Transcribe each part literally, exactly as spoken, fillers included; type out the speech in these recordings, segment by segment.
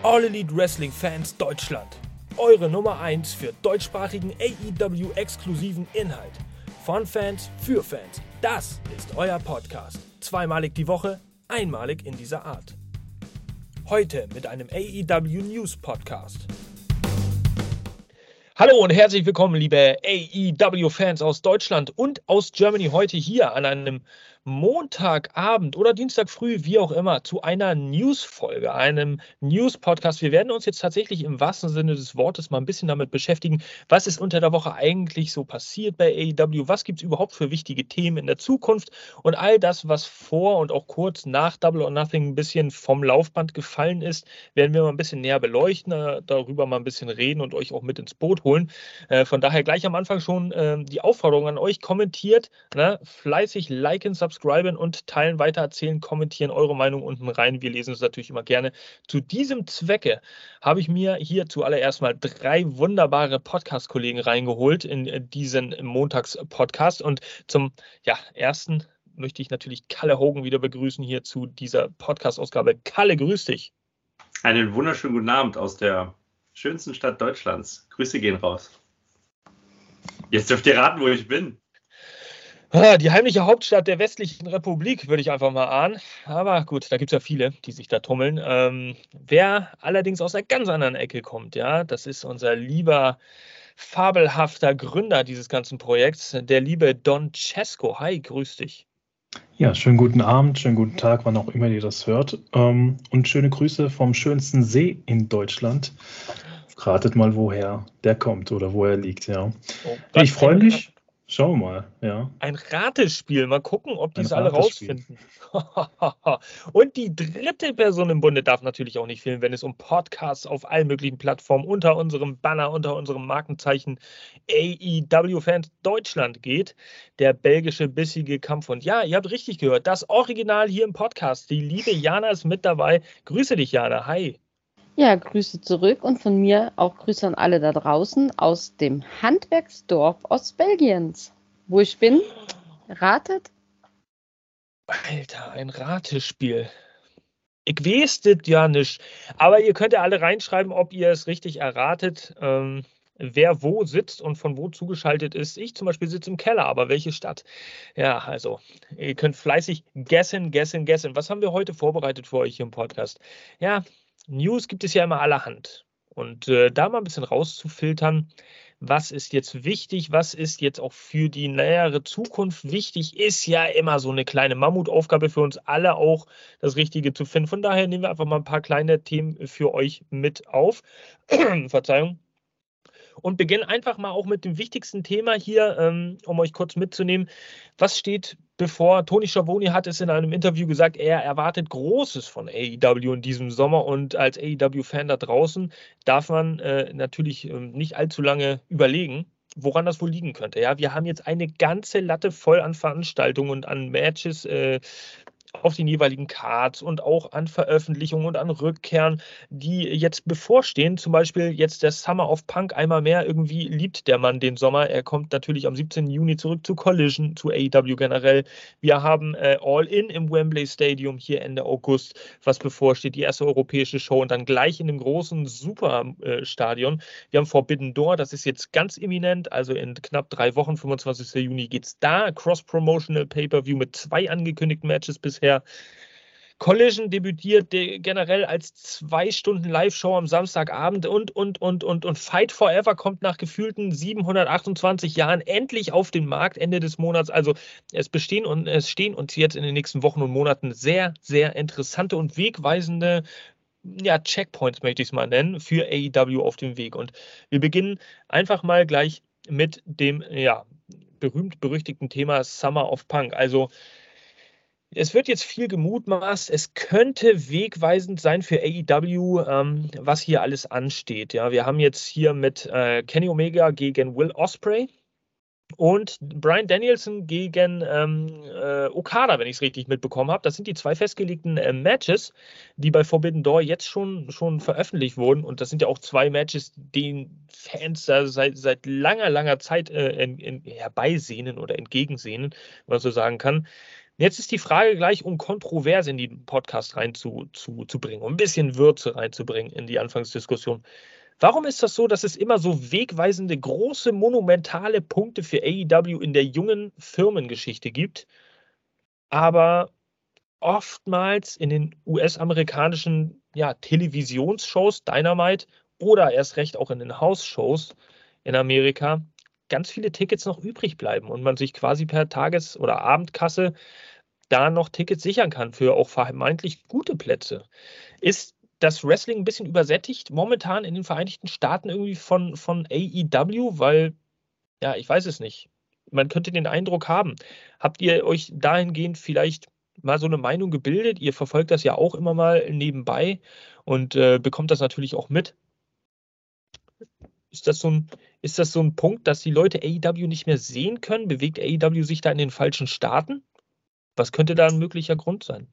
All Elite Wrestling Fans Deutschland. Eure Nummer eins für deutschsprachigen A E W-exklusiven Inhalt. Von Fans für Fans. Das ist euer Podcast. Zweimalig die Woche, einmalig in dieser Art. Heute mit einem A E W News Podcast. Hallo und herzlich willkommen, liebe A E W-Fans aus Deutschland und aus Germany, heute hier an einem Montagabend oder Dienstag früh, wie auch immer, zu einer News-Folge, einem News-Podcast. Wir werden uns jetzt tatsächlich im wahrsten Sinne des Wortes mal ein bisschen damit beschäftigen, was ist unter der Woche eigentlich so passiert bei A E W, was gibt es überhaupt für wichtige Themen in der Zukunft und all das, was vor und auch kurz nach Double or Nothing ein bisschen vom Laufband gefallen ist, werden wir mal ein bisschen näher beleuchten, darüber mal ein bisschen reden und euch auch mit ins Boot holen. Äh, von daher gleich am Anfang schon äh, die Aufforderung an euch, kommentiert, ne, fleißig liken, subscriben und teilen, weitererzählen, kommentieren eure Meinung unten rein. Wir lesen es natürlich immer gerne. Zu diesem Zwecke habe ich mir hier zuallererst mal drei wunderbare Podcast-Kollegen reingeholt in diesen Montags-Podcast und zum ja, ersten möchte ich natürlich Kalle Hogan wieder begrüßen hier zu dieser Podcast-Ausgabe. Kalle, grüß dich. Einen wunderschönen guten Abend aus der schönsten Stadt Deutschlands. Grüße gehen raus. Jetzt dürft ihr raten, wo ich bin. Die heimliche Hauptstadt der westlichen Republik, würde ich einfach mal ahnen. Aber gut, da gibt es ja viele, die sich da tummeln. Ähm, wer allerdings aus einer ganz anderen Ecke kommt, ja, das ist unser lieber, fabelhafter Gründer dieses ganzen Projekts, der liebe Don Cesco. Hi, grüß dich. Ja, schönen guten Abend, schönen guten Tag, wann auch immer ihr das hört. Ähm, und schöne Grüße vom schönsten See in Deutschland. Ratet mal, woher der kommt oder wo er liegt, ja. Oh, ich freue mich. Schauen wir mal, ja. Ein Ratespiel. Mal gucken, ob die es alle rausfinden. Und die dritte Person im Bunde darf natürlich auch nicht fehlen, wenn es um Podcasts auf allen möglichen Plattformen unter unserem Banner, unter unserem Markenzeichen A E W-Fans Deutschland geht. Der belgische bissige Kampf. Und ja, ihr habt richtig gehört, das Original hier im Podcast. Die liebe Jana ist mit dabei. Grüße dich, Jana. Hi. Ja, Grüße zurück und von mir auch Grüße an alle da draußen aus dem Handwerksdorf Ostbelgiens, wo ich bin. Ratet? Alter, ein Ratespiel. Ich weiß das ja nicht, aber ihr könnt ja alle reinschreiben, ob ihr es richtig erratet, ähm, wer wo sitzt und von wo zugeschaltet ist. Ich zum Beispiel sitze im Keller, aber welche Stadt? Ja, also, ihr könnt fleißig guessen, guessen, guessen. Was haben wir heute vorbereitet für euch hier im Podcast? Ja, News gibt es ja immer allerhand. Und äh, da mal ein bisschen rauszufiltern, was ist jetzt wichtig, was ist jetzt auch für die nähere Zukunft wichtig, ist ja immer so eine kleine Mammutaufgabe für uns alle auch, das Richtige zu finden. Von daher nehmen wir einfach mal ein paar kleine Themen für euch mit auf. Verzeihung. Und beginnen einfach mal auch mit dem wichtigsten Thema hier, ähm, um euch kurz mitzunehmen. Was steht bevor? Tony Schiavone hat es in einem Interview gesagt, er erwartet Großes von A E W in diesem Sommer und als A E W-Fan da draußen darf man äh, natürlich äh, nicht allzu lange überlegen, woran das wohl liegen könnte. Ja, wir haben jetzt eine ganze Latte voll an Veranstaltungen und an Matches äh, auf den jeweiligen Cards und auch an Veröffentlichungen und an Rückkehren, die jetzt bevorstehen. Zum Beispiel jetzt der Summer of Punk einmal mehr. Irgendwie liebt der Mann den Sommer. Er kommt natürlich am siebzehnten Juni zurück zu Collision, zu A E W generell. Wir haben äh, All In im Wembley Stadium hier Ende August, was bevorsteht. Die erste europäische Show und dann gleich in dem großen Superstadion. Äh, Wir haben Forbidden Door, das ist jetzt ganz imminent. Also in knapp drei Wochen, fünfundzwanzigsten Juni geht es da. Cross-Promotional Pay-Per-View mit zwei angekündigten Matches bisher. Collision debütiert generell als zwei Stunden Live-Show am Samstagabend und, und, und, und, und Fight Forever kommt nach gefühlten siebenhundertachtundzwanzig Jahren endlich auf den Markt Ende des Monats. Also es bestehen und es stehen uns jetzt in den nächsten Wochen und Monaten sehr, sehr interessante und wegweisende ja, Checkpoints, möchte ich es mal nennen, für A E W auf dem Weg. Und wir beginnen einfach mal gleich mit dem ja, berühmt-berüchtigten Thema Summer of Punk. Also es wird jetzt viel gemutmaßt, es könnte wegweisend sein für A E W, ähm, was hier alles ansteht. Ja, wir haben jetzt hier mit äh, Kenny Omega gegen Will Ospreay und Bryan Danielson gegen ähm, äh, Okada, wenn ich es richtig mitbekommen habe. Das sind die zwei festgelegten äh, Matches, die bei Forbidden Door jetzt schon, schon veröffentlicht wurden. Und das sind ja auch zwei Matches, den Fans da seit, seit langer, langer Zeit äh, in, in, herbeisehnen oder entgegensehnen, wenn man so sagen kann. Jetzt ist die Frage gleich, um Kontroverse in den Podcast reinzubringen, zu, zu bringen, um ein bisschen Würze reinzubringen in die Anfangsdiskussion. Warum ist das so, dass es immer so wegweisende, große, monumentale Punkte für A E W in der jungen Firmengeschichte gibt, aber oftmals in den U S-amerikanischen ja, Televisionsshows, Dynamite oder erst recht auch in den House-Shows in Amerika ganz viele Tickets noch übrig bleiben und man sich quasi per Tages- oder Abendkasse da noch Tickets sichern kann für auch vermeintlich gute Plätze? Ist das Wrestling ein bisschen übersättigt momentan in den Vereinigten Staaten irgendwie von, von A E W? Weil, ja, ich weiß es nicht. Man könnte den Eindruck haben. Habt ihr euch dahingehend vielleicht mal so eine Meinung gebildet? Ihr verfolgt das ja auch immer mal nebenbei und äh, bekommt das natürlich auch mit. Ist das so ein, ist das so ein Punkt, dass die Leute A E W nicht mehr sehen können? Bewegt A E W sich da in den falschen Staaten? Was könnte da ein möglicher Grund sein?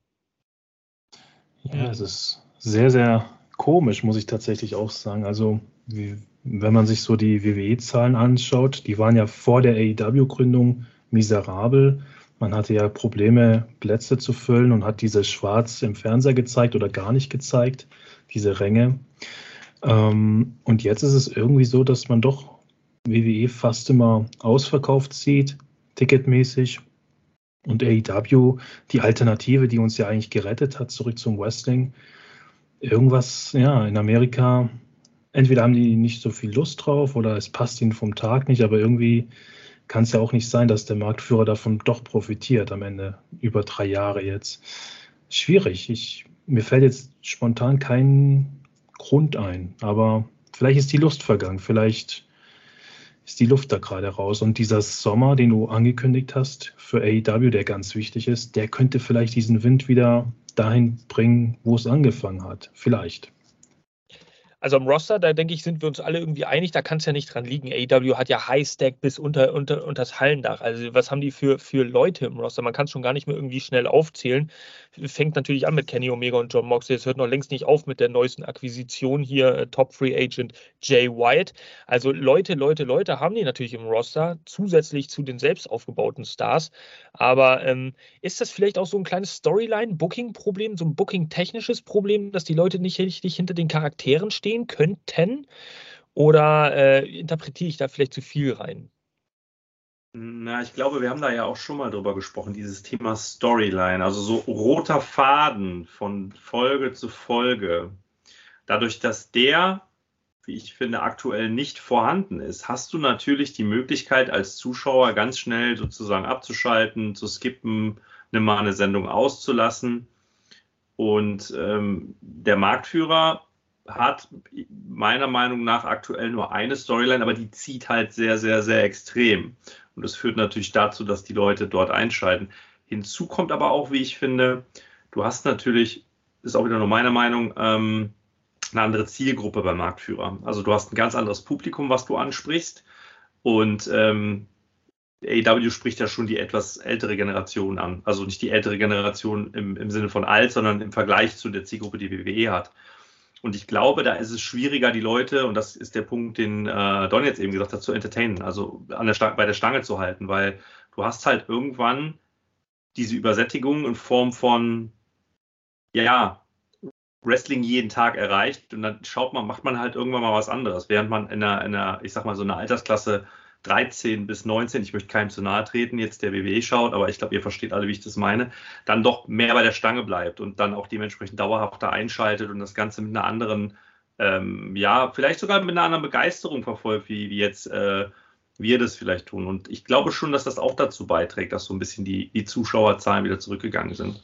Ja, es ist sehr, sehr komisch, muss ich tatsächlich auch sagen. Also, wie, wenn man sich so die W W E-Zahlen anschaut, die waren ja vor der A E W-Gründung miserabel. Man hatte ja Probleme, Plätze zu füllen und hat diese schwarz im Fernseher gezeigt oder gar nicht gezeigt, diese Ränge. Ähm, und jetzt ist es irgendwie so, dass man doch W W E fast immer ausverkauft sieht, ticketmäßig. Und A E W, die Alternative, die uns ja eigentlich gerettet hat, zurück zum Wrestling, irgendwas, ja, in Amerika, entweder haben die nicht so viel Lust drauf oder es passt ihnen vom Tag nicht, aber irgendwie kann es ja auch nicht sein, dass der Marktführer davon doch profitiert am Ende, über drei Jahre jetzt. Schwierig. Ich, mir fällt jetzt spontan kein Grund ein, aber vielleicht ist die Lust vergangen, vielleicht ist die Luft da gerade raus. Und dieser Sommer, den du angekündigt hast für A E W, der ganz wichtig ist, der könnte vielleicht diesen Wind wieder dahin bringen, wo es angefangen hat. Vielleicht. Also am Roster, da denke ich, sind wir uns alle irgendwie einig, da kann es ja nicht dran liegen. A E W hat ja High-Stack bis unter, unter, unter das Hallendach. Also was haben die für, für Leute im Roster? Man kann es schon gar nicht mehr irgendwie schnell aufzählen. Fängt natürlich an mit Kenny Omega und John Moxley. Es hört noch längst nicht auf mit der neuesten Akquisition hier, äh, Top Free Agent Jay White. Also Leute, Leute, Leute haben die natürlich im Roster, zusätzlich zu den selbst aufgebauten Stars. Aber ähm, ist das vielleicht auch so ein kleines Storyline-Booking-Problem, so ein Booking-technisches Problem, dass die Leute nicht richtig hinter den Charakteren stehen könnten? Oder äh, interpretiere ich da vielleicht zu viel rein? Na, ich glaube, wir haben da ja auch schon mal drüber gesprochen, dieses Thema Storyline, also so roter Faden von Folge zu Folge. Dadurch, dass der, wie ich finde, aktuell nicht vorhanden ist, hast du natürlich die Möglichkeit, als Zuschauer ganz schnell sozusagen abzuschalten, zu skippen, eine mal eine Sendung auszulassen. Und ähm, der Marktführer hat meiner Meinung nach aktuell nur eine Storyline, aber die zieht halt sehr, sehr, sehr extrem. Und das führt natürlich dazu, dass die Leute dort einschalten. Hinzu kommt aber auch, wie ich finde, du hast natürlich, ist auch wieder nur meine Meinung, ähm, eine andere Zielgruppe beim Marktführer. Also du hast ein ganz anderes Publikum, was du ansprichst. Und ähm, A E W spricht ja schon die etwas ältere Generation an. Also nicht die ältere Generation im, im Sinne von alt, sondern im Vergleich zu der Zielgruppe, die W W E hat. Und ich glaube, da ist es schwieriger, die Leute, und das ist der Punkt, den äh, Don jetzt eben gesagt hat, zu entertainen, also an der Stange, bei der Stange zu halten, weil du hast halt irgendwann diese Übersättigung in Form von, ja, Wrestling jeden Tag erreicht und dann schaut man, macht man halt irgendwann mal was anderes, während man in einer, in einer ich sag mal so einer Altersklasse dreizehn bis neunzehn, ich möchte keinem zu nahe treten, jetzt der W W E schaut, aber ich glaube, ihr versteht alle, wie ich das meine, dann doch mehr bei der Stange bleibt und dann auch dementsprechend dauerhafter einschaltet und das Ganze mit einer anderen, ähm, ja, vielleicht sogar mit einer anderen Begeisterung verfolgt, wie, wie jetzt äh, wir das vielleicht tun. Und ich glaube schon, dass das auch dazu beiträgt, dass so ein bisschen die, die Zuschauerzahlen wieder zurückgegangen sind.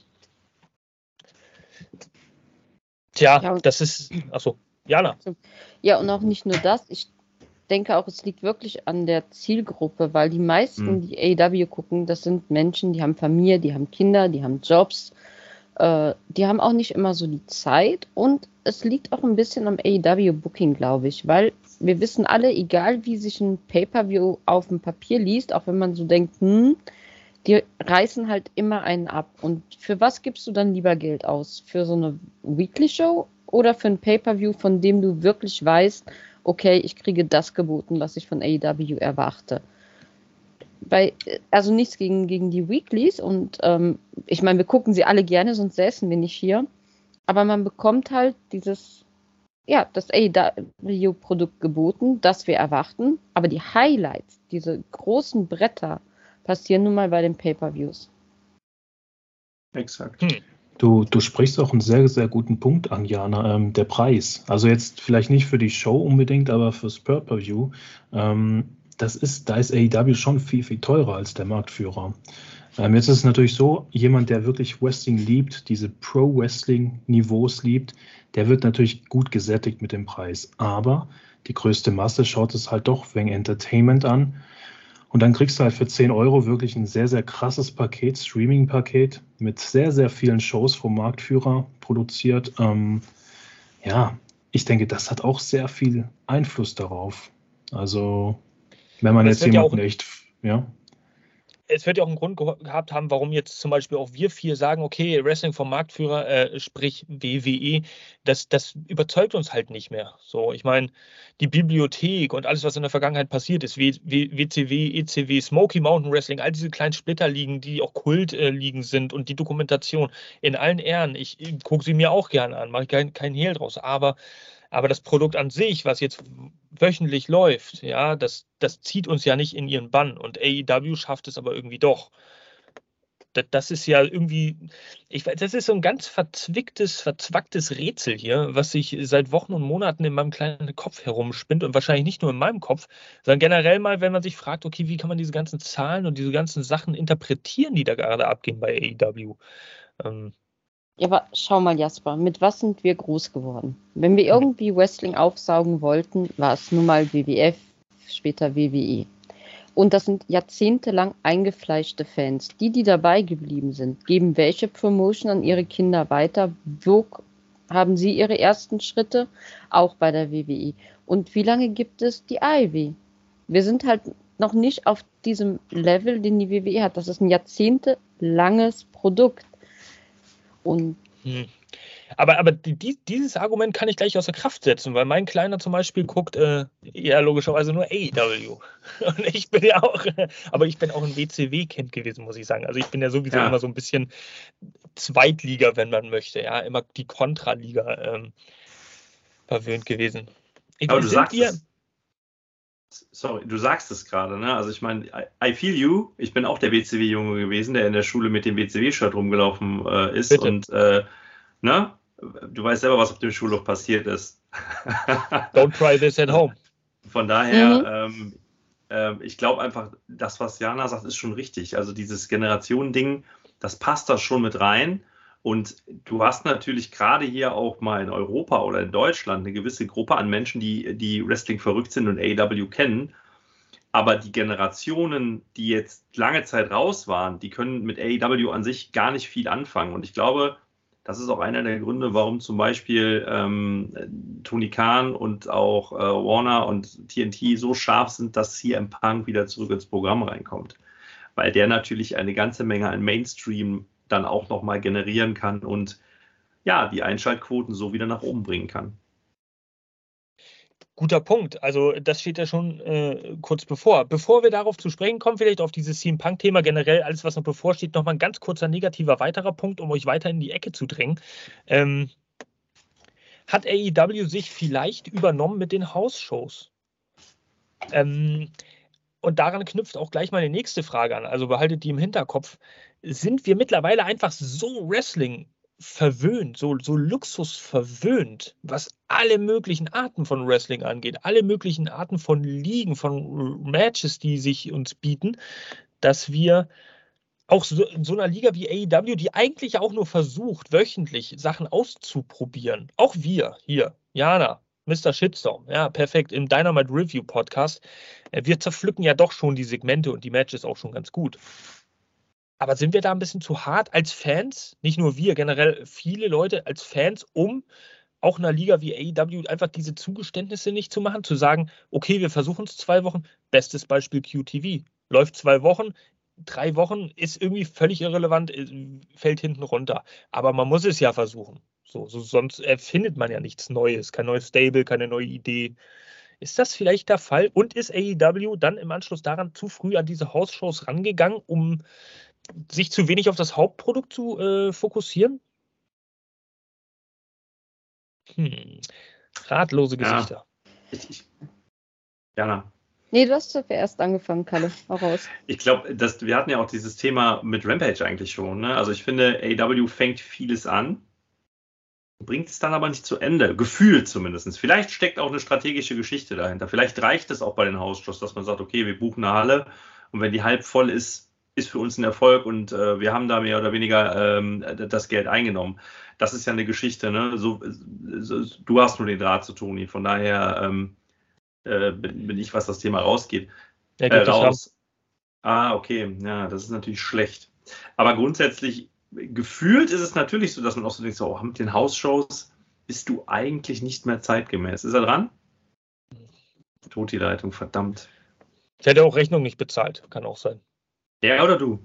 Tja, Ja, und- das ist, achso, Jana. Ja, und auch nicht nur das. Ich denke auch, es liegt wirklich an der Zielgruppe, weil die meisten, Hm. die A E W gucken, das sind Menschen, die haben Familie, die haben Kinder, die haben Jobs. Äh, die haben auch nicht immer so die Zeit. Und es liegt auch ein bisschen am A E W-Booking, glaube ich, weil wir wissen alle, egal wie sich ein Pay-Per-View auf dem Papier liest, auch wenn man so denkt, hm, die reißen halt immer einen ab. Und für was gibst du dann lieber Geld aus? Für so eine Weekly-Show oder für ein Pay-Per-View, von dem du wirklich weißt, okay, ich kriege das geboten, was ich von A E W erwarte? Weil, also nichts gegen, gegen die Weeklies und ähm, ich meine, wir gucken sie alle gerne, sonst säßen wir nicht hier. Aber man bekommt halt dieses, ja, das A E W-Produkt geboten, das wir erwarten. Aber die Highlights, diese großen Bretter, passieren nun mal bei den Pay-Per-Views. Exakt. Hm. Du, du sprichst auch einen sehr, sehr guten Punkt an, Jana, ähm, der Preis. Also jetzt vielleicht nicht für die Show unbedingt, aber fürs Pay-Per-View. Ähm, das ist, da ist A E W schon viel, viel teurer als der Marktführer. Ähm, jetzt ist es natürlich so, jemand, der wirklich Wrestling liebt, diese Pro-Wrestling-Niveaus liebt, der wird natürlich gut gesättigt mit dem Preis. Aber die größte Masse schaut es halt doch wegen Entertainment an. Und dann kriegst du halt für zehn Euro wirklich ein sehr, sehr krasses Paket, Streaming-Paket mit sehr, sehr vielen Shows vom Marktführer produziert. Ähm, ja, ich denke, das hat auch sehr viel Einfluss darauf. Also, wenn man Das jetzt wird ja jemanden auch- echt, ja, Es wird ja auch einen Grund ge- gehabt haben, warum jetzt zum Beispiel auch wir vier sagen, okay, Wrestling vom Marktführer, äh, sprich W W E, das, das überzeugt uns halt nicht mehr. So, ich meine, die Bibliothek und alles, was in der Vergangenheit passiert ist, W- W- WCW, E C W, Smoky Mountain Wrestling, all diese kleinen Splitterligen, die auch Kultligen sind und die Dokumentation in allen Ehren, ich, ich gucke sie mir auch gerne an, mache ich kein, kein Hehl draus, aber aber das Produkt an sich, was jetzt wöchentlich läuft, ja, das, das zieht uns ja nicht in ihren Bann. Und A E W schafft es aber irgendwie doch. Das, das ist ja irgendwie, ich weiß, das ist so ein ganz verzwicktes, verzwacktes Rätsel hier, was sich seit Wochen und Monaten in meinem kleinen Kopf herumspinnt und wahrscheinlich nicht nur in meinem Kopf, sondern generell mal, wenn man sich fragt, okay, wie kann man diese ganzen Zahlen und diese ganzen Sachen interpretieren, die da gerade abgehen bei A E W? Ähm, Ja, aber schau mal, Jasper, mit was sind wir groß geworden? Wenn wir irgendwie Wrestling aufsaugen wollten, war es nun mal W W F, später W W E. Und das sind jahrzehntelang eingefleischte Fans. Die, die dabei geblieben sind, geben welche Promotion an ihre Kinder weiter? Wo haben sie ihre ersten Schritte? Auch bei der W W E. Und wie lange gibt es die A E W? Wir sind halt noch nicht auf diesem Level, den die W W E hat. Das ist ein jahrzehntelanges Produkt. Und Hm. Aber, aber die, die, dieses Argument kann ich gleich außer Kraft setzen, weil mein Kleiner zum Beispiel guckt äh, ja logischerweise nur A E W. Und ich bin ja auch, äh, aber ich bin auch ein W C W-Kind gewesen, muss ich sagen. Also ich bin ja sowieso Ja. immer so ein bisschen Zweitliga, wenn man möchte, ja, immer die Kontraliga ähm, verwöhnt gewesen. Aber du Sind sagst wir, es. Sorry, du sagst es gerade, ne? Also ich meine, I, I feel you. Ich bin auch der W C W-Junge gewesen, der in der Schule mit dem W C W-Shirt rumgelaufen äh, ist. Bitte. Und äh, ne? Du weißt selber, was auf dem Schulhof passiert ist. don't try this at home. Von daher, Mhm. ähm, ähm, ich glaube einfach, das, was Jana sagt, ist schon richtig. Also dieses Generationending, das passt da schon mit rein. Und du hast natürlich gerade hier auch mal in Europa oder in Deutschland eine gewisse Gruppe an Menschen, die, die Wrestling verrückt sind und A E W kennen. Aber die Generationen, die jetzt lange Zeit raus waren, die können mit A E W an sich gar nicht viel anfangen. Und ich glaube, das ist auch einer der Gründe, warum zum Beispiel ähm, Tony Khan und auch äh, Warner und T N T so scharf sind, dass C M Punk wieder zurück ins Programm reinkommt. Weil der natürlich eine ganze Menge an Mainstream dann auch nochmal generieren kann und ja, die Einschaltquoten so wieder nach oben bringen kann. Guter Punkt. Also das steht ja schon äh, kurz bevor. Bevor wir darauf zu sprechen kommen, vielleicht auf dieses C M Punk-Thema generell, alles, was noch bevorsteht, nochmal ein ganz kurzer negativer weiterer Punkt, um euch weiter in die Ecke zu drängen. Ähm, hat A E W sich vielleicht übernommen mit den House-Shows? Ähm, und daran knüpft auch gleich meine nächste Frage an. Also behaltet die im Hinterkopf. Sind wir mittlerweile einfach so Wrestling verwöhnt, so, so Luxus verwöhnt, was alle möglichen Arten von Wrestling angeht, alle möglichen Arten von Ligen, von Matches, die sich uns bieten, dass wir auch so, in so einer Liga wie A E W, die eigentlich auch nur versucht, wöchentlich Sachen auszuprobieren, auch wir hier, Jana, Mister Shitstorm, ja, perfekt, im Dynamite Review Podcast, äh, wir zerpflücken ja doch schon die Segmente und die Matches auch schon ganz gut. Aber sind wir da ein bisschen zu hart als Fans, nicht nur wir, generell viele Leute als Fans, um auch einer Liga wie A E W einfach diese Zugeständnisse nicht zu machen, zu sagen, okay, wir versuchen es zwei Wochen, bestes Beispiel Q T V, läuft zwei Wochen, drei Wochen ist irgendwie völlig irrelevant, fällt hinten runter. Aber man muss es ja versuchen. So, so, sonst erfindet man ja nichts Neues, kein neues Stable, keine neue Idee. Ist das vielleicht der Fall? Und ist A E W dann im Anschluss daran zu früh an diese House-Shows rangegangen, um sich zu wenig auf das Hauptprodukt zu äh, fokussieren? Hm. Ratlose Gesichter. Ja, ich, ich, Jana. Nee, du hast zuerst angefangen, Kalle. Hau raus. Ich glaube, wir hatten ja auch dieses Thema mit Rampage eigentlich schon. Ne? Also ich finde, A E W fängt vieles an, bringt es dann aber nicht zu Ende. Gefühlt zumindest. Vielleicht steckt auch eine strategische Geschichte dahinter. Vielleicht reicht es auch bei den House-Shows, dass man sagt, okay, wir buchen eine Halle und wenn die halb voll ist, ist für uns ein Erfolg und äh, wir haben da mehr oder weniger ähm, das Geld eingenommen. Das ist ja eine Geschichte. Ne? So, so, du hast nur den Draht zu Toni. Von daher ähm, äh, bin, bin ich, was das Thema rausgeht, Ja, äh, gibt es raus. Ah, okay. Ja, das ist natürlich schlecht. Aber grundsätzlich, gefühlt ist es natürlich so, dass man auch so denkt, so, oh, mit den House-Shows bist du eigentlich nicht mehr zeitgemäß. Ist er dran? Tot die Leitung, verdammt. Ich hätte auch Rechnung nicht bezahlt. Kann auch sein. Er oder du?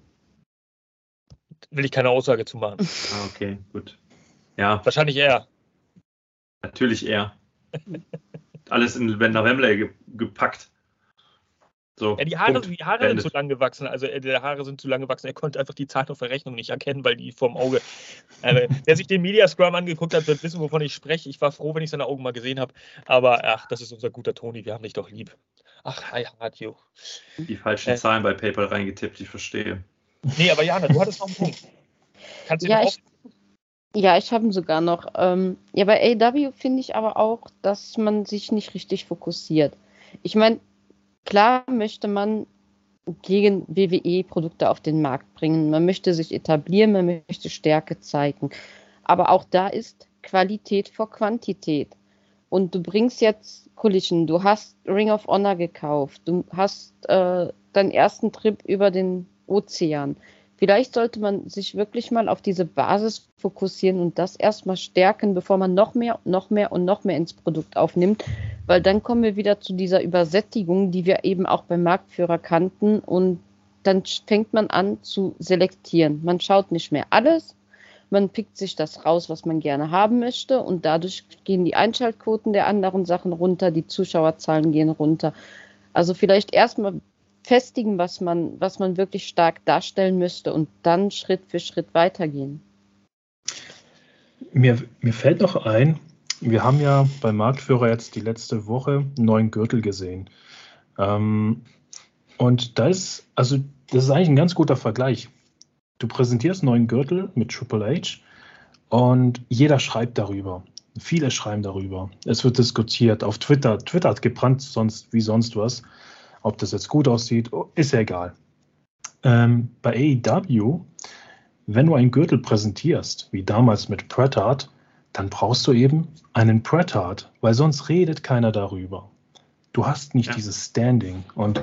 Will ich keine Aussage zu machen. Ah, okay, gut. Ja, Wahrscheinlich er. natürlich er. Alles in nach Wembley ge gepackt. So, Ja, die Haare, Punkt. die Haare sind zu lang gewachsen. Also äh, die Haare sind zu lang gewachsen. Er konnte einfach die Zahlen auf der Rechnung nicht erkennen, weil die vorm Auge. Äh, wer sich den Media Scrum angeguckt hat, wird wissen, wovon ich spreche. Ich war froh, wenn ich seine Augen mal gesehen habe. Aber ach, das ist unser guter Toni. Wir haben dich doch lieb. Ach, hi, Hadjo. Die falschen Äh. Zahlen bei PayPal reingetippt, ich verstehe. Nee, aber Jana, du hattest noch einen Punkt. Kannst du Ja, den ich, ja, ich habe ihn sogar noch. Ähm, ja, bei A E W finde ich aber auch, dass man sich nicht richtig fokussiert. Ich meine, klar möchte man gegen W W E-Produkte auf den Markt bringen. Man möchte sich etablieren, man möchte Stärke zeigen. Aber auch da ist Qualität vor Quantität. Und du bringst jetzt Collision, du hast Ring of Honor gekauft, du hast äh, deinen ersten Trip über den Ozean. Vielleicht sollte man sich wirklich mal auf diese Basis fokussieren und das erstmal stärken, bevor man noch mehr, noch mehr und noch mehr ins Produkt aufnimmt, weil dann kommen wir wieder zu dieser Übersättigung, die wir eben auch beim Marktführer kannten und dann fängt man an zu selektieren. Man schaut nicht mehr alles, man pickt sich das raus, was man gerne haben möchte und dadurch gehen die Einschaltquoten der anderen Sachen runter, die Zuschauerzahlen gehen runter. Also vielleicht erstmal festigen, was man, was man wirklich stark darstellen müsste und dann Schritt für Schritt weitergehen. Mir, mir fällt noch ein, wir haben ja beim Marktführer jetzt die letzte Woche einen neuen Gürtel gesehen. Ähm, und da ist, also das ist eigentlich ein ganz guter Vergleich. Du präsentierst einen neuen Gürtel mit Triple H und jeder schreibt darüber. Viele schreiben darüber. Es wird diskutiert auf Twitter. Twitter hat gebrannt sonst wie sonst was. Ob das jetzt gut aussieht, ist ja egal. Ähm, bei A E W, wenn du einen Gürtel präsentierst, wie damals mit Bret Hart, dann brauchst du eben einen Bret Hart, weil sonst redet keiner darüber. Du hast nicht ja. dieses Standing. Und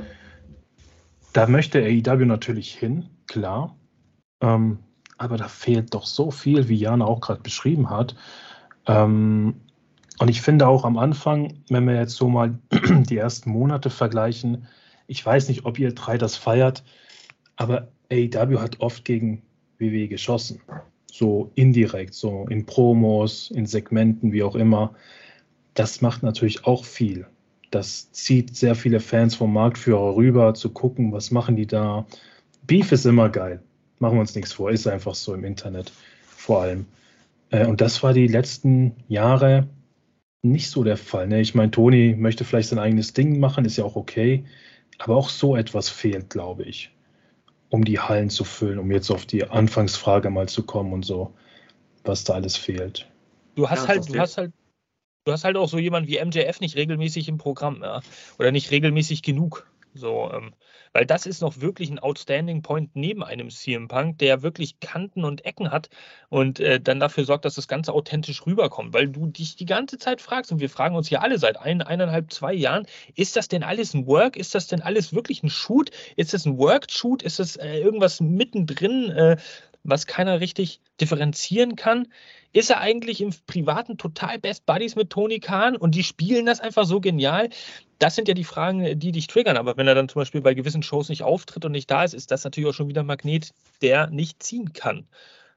da möchte A E W natürlich hin, klar. Ähm, aber da fehlt doch so viel, wie Jana auch gerade beschrieben hat. Ähm, Und ich finde auch am Anfang, wenn wir jetzt so mal die ersten Monate vergleichen, ich weiß nicht, ob ihr drei das feiert, aber A E W hat oft gegen W W E geschossen. So indirekt, so in Promos, in Segmenten, wie auch immer. Das macht natürlich auch viel. Das zieht sehr viele Fans vom Marktführer rüber, zu gucken, was machen die da. Beef ist immer geil. Machen wir uns nichts vor, ist einfach so im Internet vor allem. Und das war die letzten Jahre nicht so der Fall. Ne? Ich meine, Toni möchte vielleicht sein eigenes Ding machen, ist ja auch okay. Aber auch so etwas fehlt, glaube ich, um die Hallen zu füllen, um jetzt auf die Anfangsfrage mal zu kommen und so, was da alles fehlt. Du hast ja, halt, du hast halt, du hast halt auch so jemanden wie M J F nicht regelmäßig im Programm, ja? Oder nicht regelmäßig genug. So, ähm, weil das ist noch wirklich ein Outstanding Point neben einem C M Punk, der wirklich Kanten und Ecken hat und äh, dann dafür sorgt, dass das Ganze authentisch rüberkommt, weil du dich die ganze Zeit fragst und wir fragen uns hier alle seit ein, eineinhalb, zwei Jahren, ist das denn alles ein Work? Ist das denn alles wirklich ein Shoot? Ist das ein Worked-Shoot? Ist das äh, irgendwas mittendrin, äh, was keiner richtig differenzieren kann? Ist er eigentlich im Privaten total Best Buddies mit Tony Khan und die spielen das einfach so genial? Das sind ja die Fragen, die dich triggern. Aber wenn er dann zum Beispiel bei gewissen Shows nicht auftritt und nicht da ist, ist das natürlich auch schon wieder ein Magnet, der nicht ziehen kann.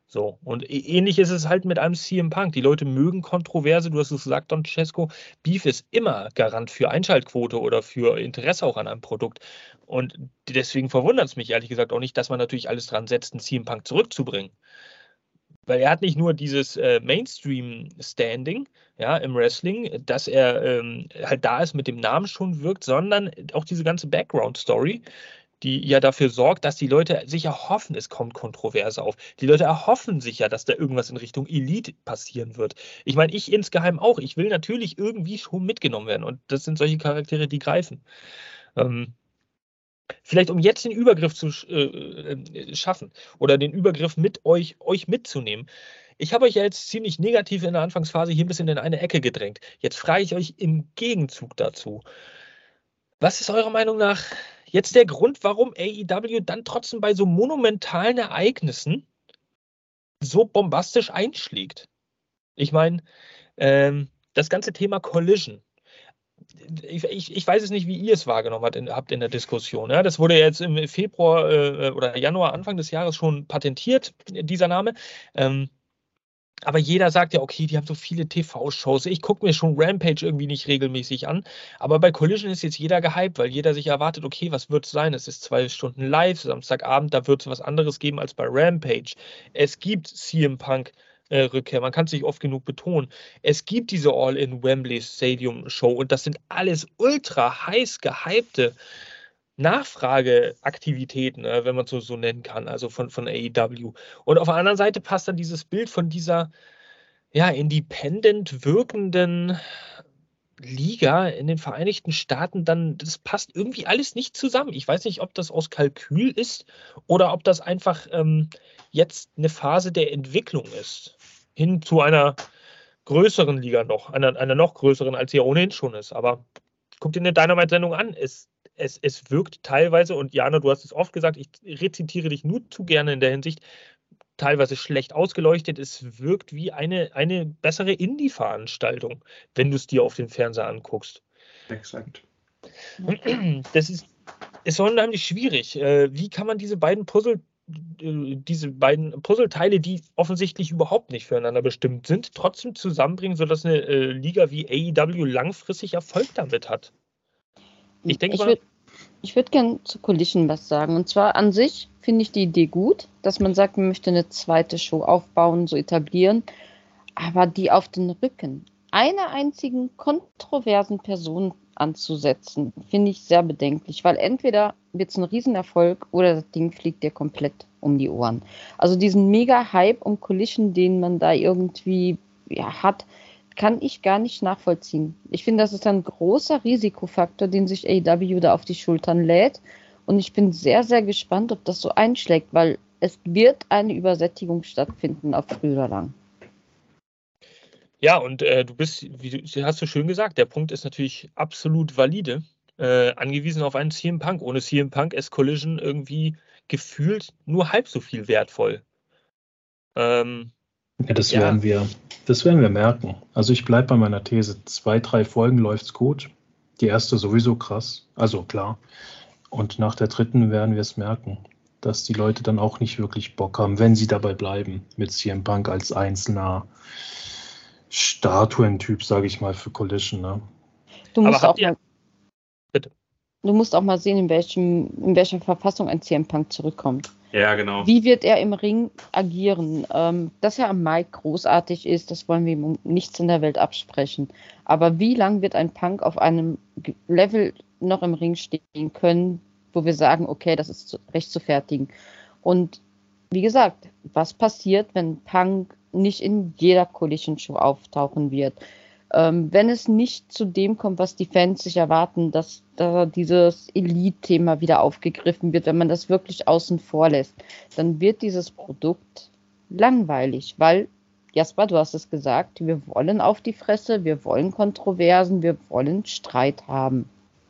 So, und ähnlich ist es halt mit einem C M Punk. Die Leute mögen Kontroverse, du hast es gesagt, Don Cesco. Beef ist immer Garant für Einschaltquote oder für Interesse auch an einem Produkt. Und deswegen verwundert es mich ehrlich gesagt auch nicht, dass man natürlich alles dran setzt, einen C M Punk zurückzubringen. Weil er hat nicht nur dieses äh, Mainstream-Standing, ja, im Wrestling, dass er ähm, halt da ist, mit dem Namen schon wirkt, sondern auch diese ganze Background-Story, die ja dafür sorgt, dass die Leute sich erhoffen, es kommt Kontroverse auf. Die Leute erhoffen sich ja, dass da irgendwas in Richtung Elite passieren wird. Ich meine, ich insgeheim auch. Ich will natürlich irgendwie schon mitgenommen werden. Und das sind solche Charaktere, die greifen. Ähm, vielleicht um jetzt den Übergriff zu äh, schaffen oder den Übergriff mit euch, euch mitzunehmen. Ich habe euch ja jetzt ziemlich negativ in der Anfangsphase hier ein bisschen in eine Ecke gedrängt. Jetzt frage ich euch im Gegenzug dazu. Was ist eurer Meinung nach jetzt der Grund, warum A E W dann trotzdem bei so monumentalen Ereignissen so bombastisch einschlägt? Ich meine, ähm, das ganze Thema Collision. Ich, ich, ich weiß es nicht, wie ihr es wahrgenommen habt in, habt in der Diskussion. Ja? Das wurde jetzt im Februar äh, oder Januar, Anfang des Jahres schon patentiert, dieser Name. Ähm, Aber jeder sagt ja, okay, die haben so viele T V-Shows. Ich gucke mir schon Rampage irgendwie nicht regelmäßig an. Aber bei Collision ist jetzt jeder gehypt, weil jeder sich erwartet, okay, was wird es sein? Es ist zwei Stunden live, Samstagabend, da wird es was anderes geben als bei Rampage. Es gibt C M Punk äh, Rückkehr, man kann es nicht oft genug betonen. Es gibt diese All-in Wembley Stadium Show und das sind alles ultra heiß gehypte Nachfrageaktivitäten, äh, wenn man es so, so nennen kann, also von, von A E W. Und auf der anderen Seite passt dann dieses Bild von dieser ja, independent wirkenden Liga in den Vereinigten Staaten dann, das passt irgendwie alles nicht zusammen. Ich weiß nicht, ob das aus Kalkül ist oder ob das einfach ähm, jetzt eine Phase der Entwicklung ist, hin zu einer größeren Liga noch, einer, einer noch größeren, als sie ja ohnehin schon ist. Aber guck dir eine Dynamite-Sendung an. Es, es, es wirkt teilweise, und Jana, du hast es oft gesagt, ich rezitiere dich nur zu gerne in der Hinsicht, teilweise schlecht ausgeleuchtet. Es wirkt wie eine, eine bessere Indie-Veranstaltung, wenn du es dir auf dem Fernseher anguckst. Exakt. Das ist, ist unheimlich schwierig. Wie kann man diese beiden Puzzle, diese beiden Puzzleteile, die offensichtlich überhaupt nicht füreinander bestimmt sind, trotzdem zusammenbringen, sodass eine Liga wie A E W langfristig Erfolg damit hat? Ich denke ich mal. Würd, ich würde gerne zu Collision was sagen. Und zwar an sich finde ich die Idee gut, dass man sagt, man möchte eine zweite Show aufbauen, so etablieren, aber die auf den Rücken einer einzigen kontroversen Person anzusetzen, finde ich sehr bedenklich, weil entweder wird es ein Riesenerfolg oder das Ding fliegt dir komplett um die Ohren. Also diesen Mega-Hype um Collision, den man da irgendwie ja, hat, kann ich gar nicht nachvollziehen. Ich finde, das ist ein großer Risikofaktor, den sich A E W da auf die Schultern lädt. Und ich bin sehr, sehr gespannt, ob das so einschlägt, weil es wird eine Übersättigung stattfinden, auf früh oder lang. Ja, und äh, du bist, wie du hast du schön gesagt, der Punkt ist natürlich absolut valide. Äh, angewiesen auf einen C M Punk. Ohne C M Punk ist Collision irgendwie gefühlt nur halb so viel wertvoll. Ähm, Ja, das ja. werden wir, das werden wir merken. Also ich bleibe bei meiner These. Zwei, drei Folgen läuft's gut. Die erste sowieso krass. Also klar. Und nach der dritten werden wir es merken, dass die Leute dann auch nicht wirklich Bock haben, wenn sie dabei bleiben, mit C M Punk als einzelner Statuentyp, sage ich mal, für Collision. Ne? Du musst Aber auch ihr, mal, bitte. Du musst auch mal sehen, in, welchem, in welcher Verfassung ein C M Punk zurückkommt. Ja, genau. Wie wird er im Ring agieren? Ähm, dass er am Mic großartig ist, das wollen wir ihm um nichts in der Welt absprechen. Aber wie lange wird ein Punk auf einem Level noch im Ring stehen können, wo wir sagen, okay, das ist recht zu fertigen? Und wie gesagt, was passiert, wenn Punk nicht in jeder Collision-Show auftauchen wird? Ähm, wenn es nicht zu dem kommt, was die Fans sich erwarten, dass da dieses Elite-Thema wieder aufgegriffen wird, wenn man das wirklich außen vor lässt, dann wird dieses Produkt langweilig, weil, Jasper, du hast es gesagt, wir wollen auf die Fresse, wir wollen Kontroversen, wir wollen Streit haben.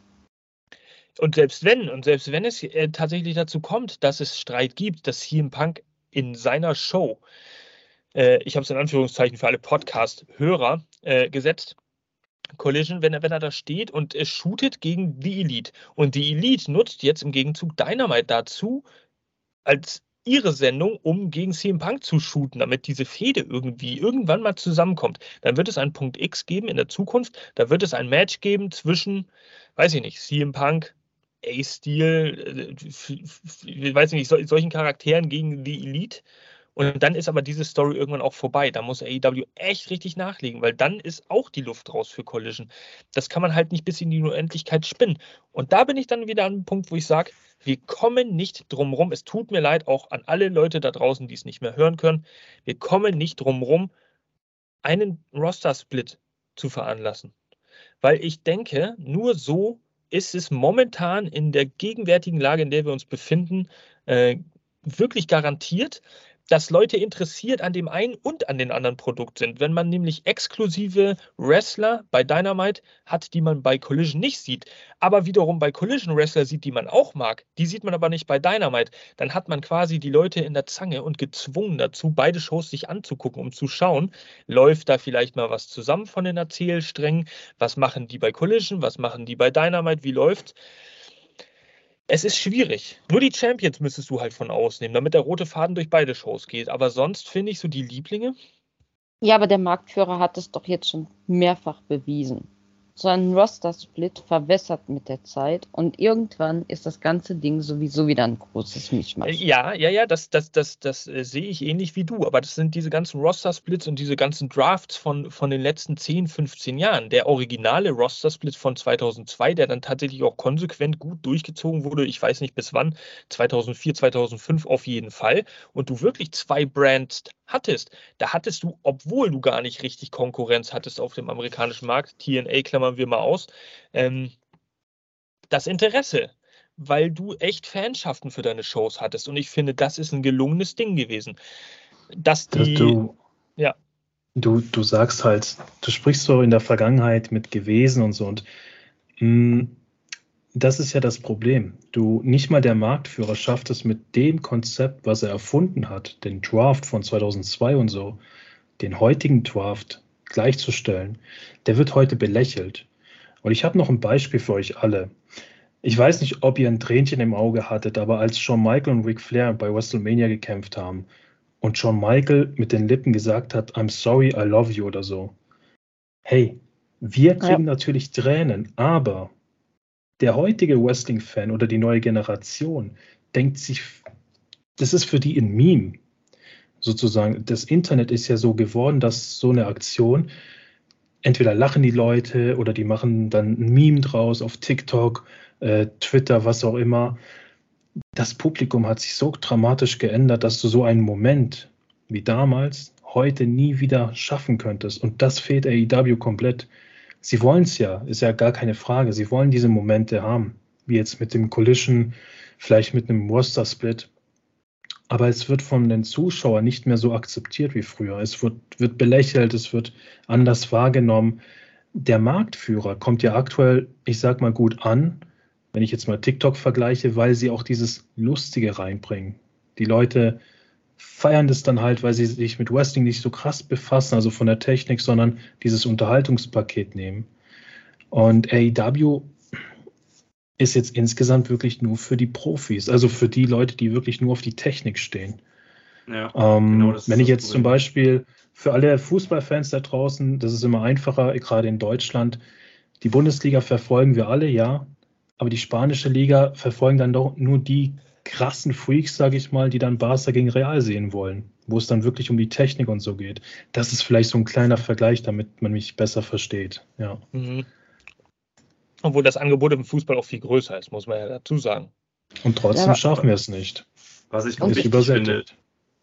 Und selbst wenn, und selbst wenn es äh, tatsächlich dazu kommt, dass es Streit gibt, dass C M Punk in seiner Show, äh, ich habe es in Anführungszeichen für alle Podcast-Hörer äh, gesetzt, Collision, wenn er, wenn er da steht und es shootet gegen die Elite. Und die Elite nutzt jetzt im Gegenzug Dynamite dazu, als ihre Sendung, um gegen C M Punk zu shooten, damit diese Fehde irgendwie irgendwann mal zusammenkommt. Dann wird es einen Punkt X geben in der Zukunft, da wird es ein Match geben zwischen, weiß ich nicht, C M Punk, A-Steel, ich weiß nicht, solchen Charakteren gegen die Elite. Und dann ist aber diese Story irgendwann auch vorbei. Da muss A E W echt richtig nachlegen, weil dann ist auch die Luft raus für Collision. Das kann man halt nicht bis in die Unendlichkeit spinnen. Und da bin ich dann wieder an einem Punkt, wo ich sage, wir kommen nicht drum rum. Es tut mir leid, auch an alle Leute da draußen, die es nicht mehr hören können. Wir kommen nicht drum rum, einen Roster-Split zu veranlassen. Weil ich denke, nur so ist es momentan in der gegenwärtigen Lage, in der wir uns befinden, äh, wirklich garantiert, dass Leute interessiert an dem einen und an den anderen Produkt sind. Wenn man nämlich exklusive Wrestler bei Dynamite hat, die man bei Collision nicht sieht, aber wiederum bei Collision Wrestler sieht, die man auch mag, die sieht man aber nicht bei Dynamite, dann hat man quasi die Leute in der Zange und gezwungen dazu, beide Shows sich anzugucken, um zu schauen, läuft da vielleicht mal was zusammen von den Erzählsträngen, was machen die bei Collision, was machen die bei Dynamite, wie läuft's? Es ist schwierig. Nur die Champions müsstest du halt von ausnehmen, damit der rote Faden durch beide Shows geht. Aber sonst finde ich so die Lieblinge. Ja, aber der Marktführer hat es doch jetzt schon mehrfach bewiesen. So ein Roster-Split verwässert mit der Zeit und irgendwann ist das ganze Ding sowieso wieder ein großes Mischmasch. Ja, ja, ja, das, das, das, das äh, sehe ich ähnlich wie du. Aber das sind diese ganzen Roster-Splits und diese ganzen Drafts von, von den letzten zehn, fünfzehn Jahren. Der originale Roster-Split von zweitausendzwei, der dann tatsächlich auch konsequent gut durchgezogen wurde, ich weiß nicht bis wann, zweitausendvier, zweitausendfünf auf jeden Fall. Und du wirklich zwei Brands hattest, da hattest du, obwohl du gar nicht richtig Konkurrenz hattest auf dem amerikanischen Markt, T N A klammern wir mal aus, ähm, das Interesse, weil du echt Fanschaften für deine Shows hattest. Und ich finde, das ist ein gelungenes Ding gewesen. Dass die, du, ja. du, du sagst halt, du sprichst so in der Vergangenheit mit gewesen und so. Und mh, das ist ja das Problem. Du, nicht mal der Marktführer schafft es mit dem Konzept, was er erfunden hat, den Draft von zweitausendzwei und so, den heutigen Draft gleichzustellen. Der wird heute belächelt. Und ich habe noch ein Beispiel für euch alle. Ich weiß nicht, ob ihr ein Tränchen im Auge hattet, aber als Shawn Michael und Ric Flair bei WrestleMania gekämpft haben und Shawn Michael mit den Lippen gesagt hat, I'm sorry, I love you oder so. Hey, wir kriegen ja natürlich Tränen, aber der heutige Wrestling-Fan oder die neue Generation denkt sich, das ist für die ein Meme. Sozusagen, das Internet ist ja so geworden, dass so eine Aktion, entweder lachen die Leute oder die machen dann ein Meme draus auf TikTok, äh, Twitter, was auch immer. Das Publikum hat sich so dramatisch geändert, dass du so einen Moment wie damals heute nie wieder schaffen könntest. Und das fehlt A E W komplett. Sie wollen es ja, ist ja gar keine Frage. Sie wollen diese Momente haben, wie jetzt mit dem Collision, vielleicht mit einem Roster-Split. Aber es wird von den Zuschauern nicht mehr so akzeptiert wie früher. Es wird, wird belächelt, es wird anders wahrgenommen. Der Marktführer kommt ja aktuell, ich sag mal, gut an, wenn ich jetzt mal TikTok vergleiche, weil sie auch dieses Lustige reinbringen. Die Leute feiern das dann halt, weil sie sich mit Wrestling nicht so krass befassen, also von der Technik, sondern dieses Unterhaltungspaket nehmen. Und A E W ist jetzt insgesamt wirklich nur für die Profis, also für die Leute, die wirklich nur auf die Technik stehen. Ja, ähm, genau, das wenn ist ich jetzt das zum Problem. Beispiel für alle Fußballfans da draußen, das ist immer einfacher, gerade in Deutschland, die Bundesliga verfolgen wir alle, ja, aber die spanische Liga verfolgen dann doch nur die krassen Freaks, sage ich mal, die dann Barca gegen Real sehen wollen, wo es dann wirklich um die Technik und so geht. Das ist vielleicht so ein kleiner Vergleich, damit man mich besser versteht. Ja. Mhm. Obwohl das Angebot im Fußball auch viel größer ist, muss man ja dazu sagen. Und trotzdem Ja, schaffen wir es nicht. Was ich noch Ist wichtig finde, übersättigt.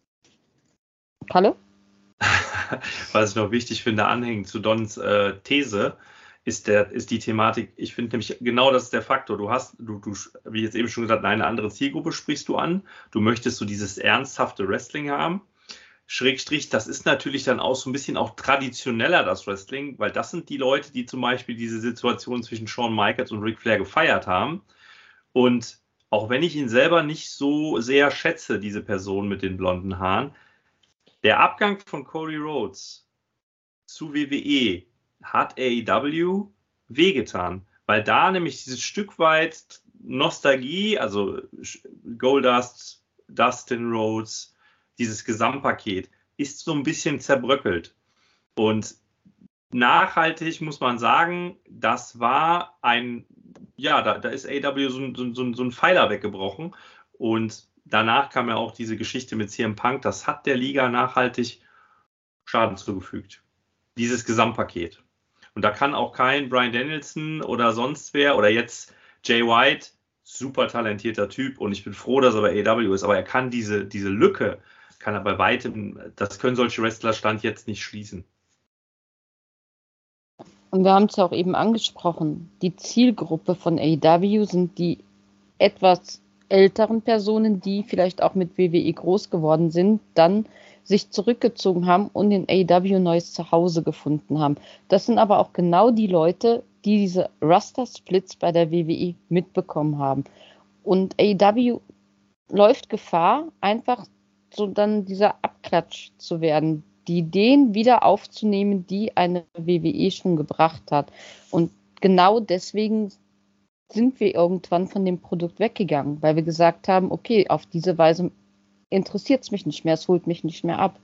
Hallo? was ich noch wichtig finde, anhängend zu Dons äh, These, ist, der, ist die Thematik, ich finde nämlich genau das ist der Faktor. Du hast, du, du, wie jetzt eben schon gesagt, eine andere Zielgruppe sprichst du an. Du möchtest so dieses ernsthafte Wrestling haben. Schrägstrich, das ist natürlich dann auch so ein bisschen auch traditioneller, das Wrestling, weil das sind die Leute, die zum Beispiel diese Situation zwischen Shawn Michaels und Ric Flair gefeiert haben. Und auch wenn ich ihn selber nicht so sehr schätze, diese Person mit den blonden Haaren, der Abgang von Cody Rhodes zu W W E hat A E W wehgetan, weil da nämlich dieses Stück weit Nostalgie, also Goldust, Dustin Rhodes, dieses Gesamtpaket ist so ein bisschen zerbröckelt. Und nachhaltig muss man sagen, das war ein, ja, da, da ist A E W so, so, so, so ein Pfeiler weggebrochen. Und danach kam ja auch diese Geschichte mit C M Punk. Das hat der Liga nachhaltig Schaden zugefügt. Dieses Gesamtpaket. Und da kann auch kein Bryan Danielson oder sonst wer oder jetzt Jay White, super talentierter Typ und ich bin froh, dass er bei A E W ist, aber er kann diese, diese Lücke, kann er bei weitem, das können solche Wrestler Stand jetzt nicht schließen. Und wir haben es ja auch eben angesprochen, die Zielgruppe von A E W sind die etwas älteren Personen, die vielleicht auch mit W W E groß geworden sind, dann sich zurückgezogen haben und in A E W ein neues Zuhause gefunden haben. Das sind aber auch genau die Leute, die diese Roster-Splits bei der W W E mitbekommen haben. Und A E W läuft Gefahr, einfach so dann dieser Abklatsch zu werden, die Ideen wieder aufzunehmen, die eine W W E schon gebracht hat. Und genau deswegen sind wir irgendwann von dem Produkt weggegangen, weil wir gesagt haben, okay, auf diese Weise interessiert es mich nicht mehr, es holt mich nicht mehr ab.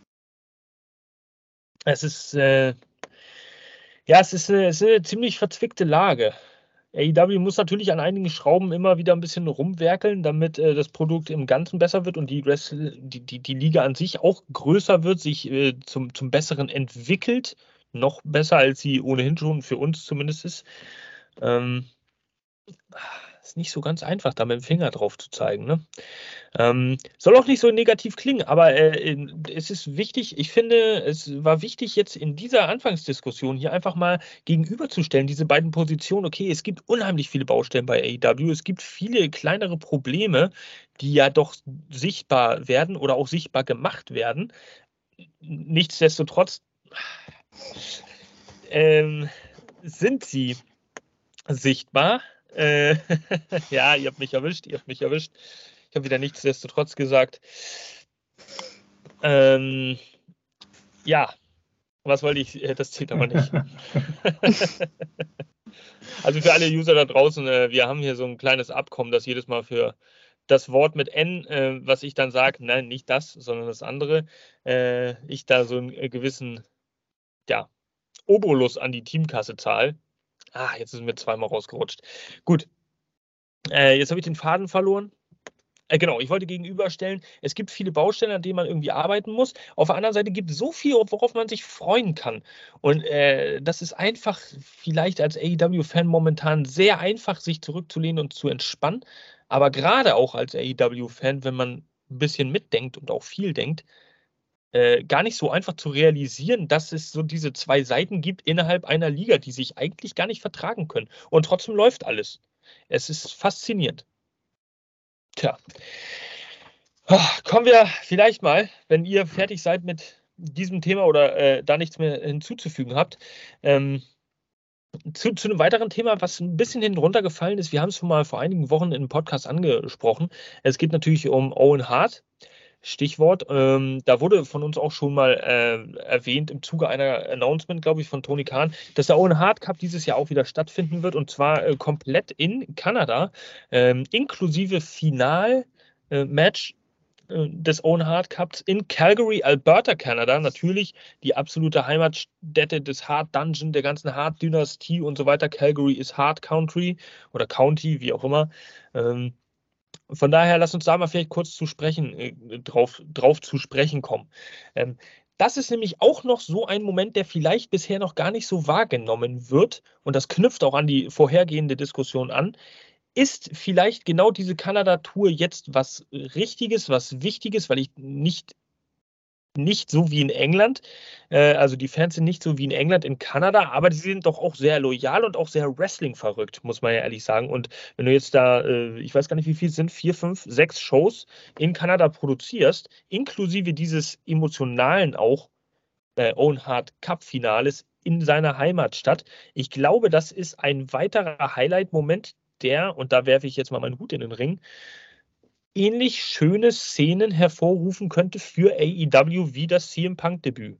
Es ist, äh, ja, es ist, äh, es ist eine ziemlich verzwickte Lage. A E W muss natürlich an einigen Schrauben immer wieder ein bisschen rumwerkeln, damit äh, das Produkt im Ganzen besser wird und die, Wrestle, die, die, die Liga an sich auch größer wird, sich äh, zum, zum Besseren entwickelt. Noch besser, als sie ohnehin schon für uns zumindest ist. Ähm, ist nicht so ganz einfach, da mit dem Finger drauf zu zeigen. Ne? Ähm, soll auch nicht so negativ klingen, aber äh, es ist wichtig, ich finde, es war wichtig, jetzt in dieser Anfangsdiskussion hier einfach mal gegenüberzustellen, diese beiden Positionen. Okay, es gibt unheimlich viele Baustellen bei A E W, es gibt viele kleinere Probleme, die ja doch sichtbar werden oder auch sichtbar gemacht werden. Nichtsdestotrotz ähm, sind sie sichtbar. Äh, ja, ihr habt mich erwischt, ihr habt mich erwischt. Ich habe wieder nichtsdestotrotz gesagt. Ähm, ja, was wollte ich? Das zählt aber nicht. Also für alle User da draußen, äh, wir haben hier so ein kleines Abkommen, das jedes Mal für das Wort mit N, äh, was ich dann sage, nein, nicht das, sondern das andere, äh, ich da so einen gewissen, ja, Obolus an die Teamkasse zahle. Ah, jetzt ist mir zweimal rausgerutscht. Gut, äh, jetzt habe ich den Faden verloren. Äh, genau, ich wollte gegenüberstellen, es gibt viele Baustellen, an denen man irgendwie arbeiten muss. Auf der anderen Seite gibt es so viel, worauf man sich freuen kann. Und äh, das ist einfach vielleicht als A E W-Fan momentan sehr einfach, sich zurückzulehnen und zu entspannen. Aber gerade auch als A E W-Fan, wenn man ein bisschen mitdenkt und auch viel denkt, äh, gar nicht so einfach zu realisieren, dass es so diese zwei Seiten gibt innerhalb einer Liga, die sich eigentlich gar nicht vertragen können. Und trotzdem läuft alles. Es ist faszinierend. Tja. Kommen wir vielleicht mal, wenn ihr fertig seid mit diesem Thema oder äh, da nichts mehr hinzuzufügen habt, ähm, zu, zu einem weiteren Thema, was ein bisschen hinten runtergefallen ist. Wir haben es schon mal vor einigen Wochen in einem Podcast angesprochen. Es geht natürlich um Owen Hart. Stichwort, ähm, da wurde von uns auch schon mal äh, erwähnt im Zuge einer Announcement, glaube ich, von Tony Khan, dass der Owen Hart Cup dieses Jahr auch wieder stattfinden wird und zwar äh, komplett in Kanada, ähm, inklusive Final-Match äh, des Owen Hart Cups in Calgary, Alberta, Kanada. Natürlich die absolute Heimatstätte des Hart Dungeon, der ganzen Hart Dynastie und so weiter. Calgary ist Hart Country oder County, wie auch immer. Ähm, Von daher, lass uns da mal vielleicht kurz zu sprechen, äh, drauf, drauf zu sprechen kommen. Ähm, das ist nämlich auch noch so ein Moment, der vielleicht bisher noch gar nicht so wahrgenommen wird, und das knüpft auch an die vorhergehende Diskussion an. Ist vielleicht genau diese Kanada-Tour jetzt was Richtiges, was Wichtiges, weil ich nicht nicht so wie in England, äh, also die Fans sind nicht so wie in England, in Kanada, aber die sind doch auch sehr loyal und auch sehr Wrestling verrückt, muss man ja ehrlich sagen. Und wenn du jetzt da, äh, ich weiß gar nicht, wie viel es sind, vier, fünf, sechs Shows in Kanada produzierst, inklusive dieses emotionalen auch äh, Owen Hart Cup-Finales in seiner Heimatstadt, ich glaube, das ist ein weiterer Highlight-Moment, der, und da werfe ich jetzt mal meinen Hut in den Ring, ähnlich schöne Szenen hervorrufen könnte für A E W wie das C M Punk-Debüt.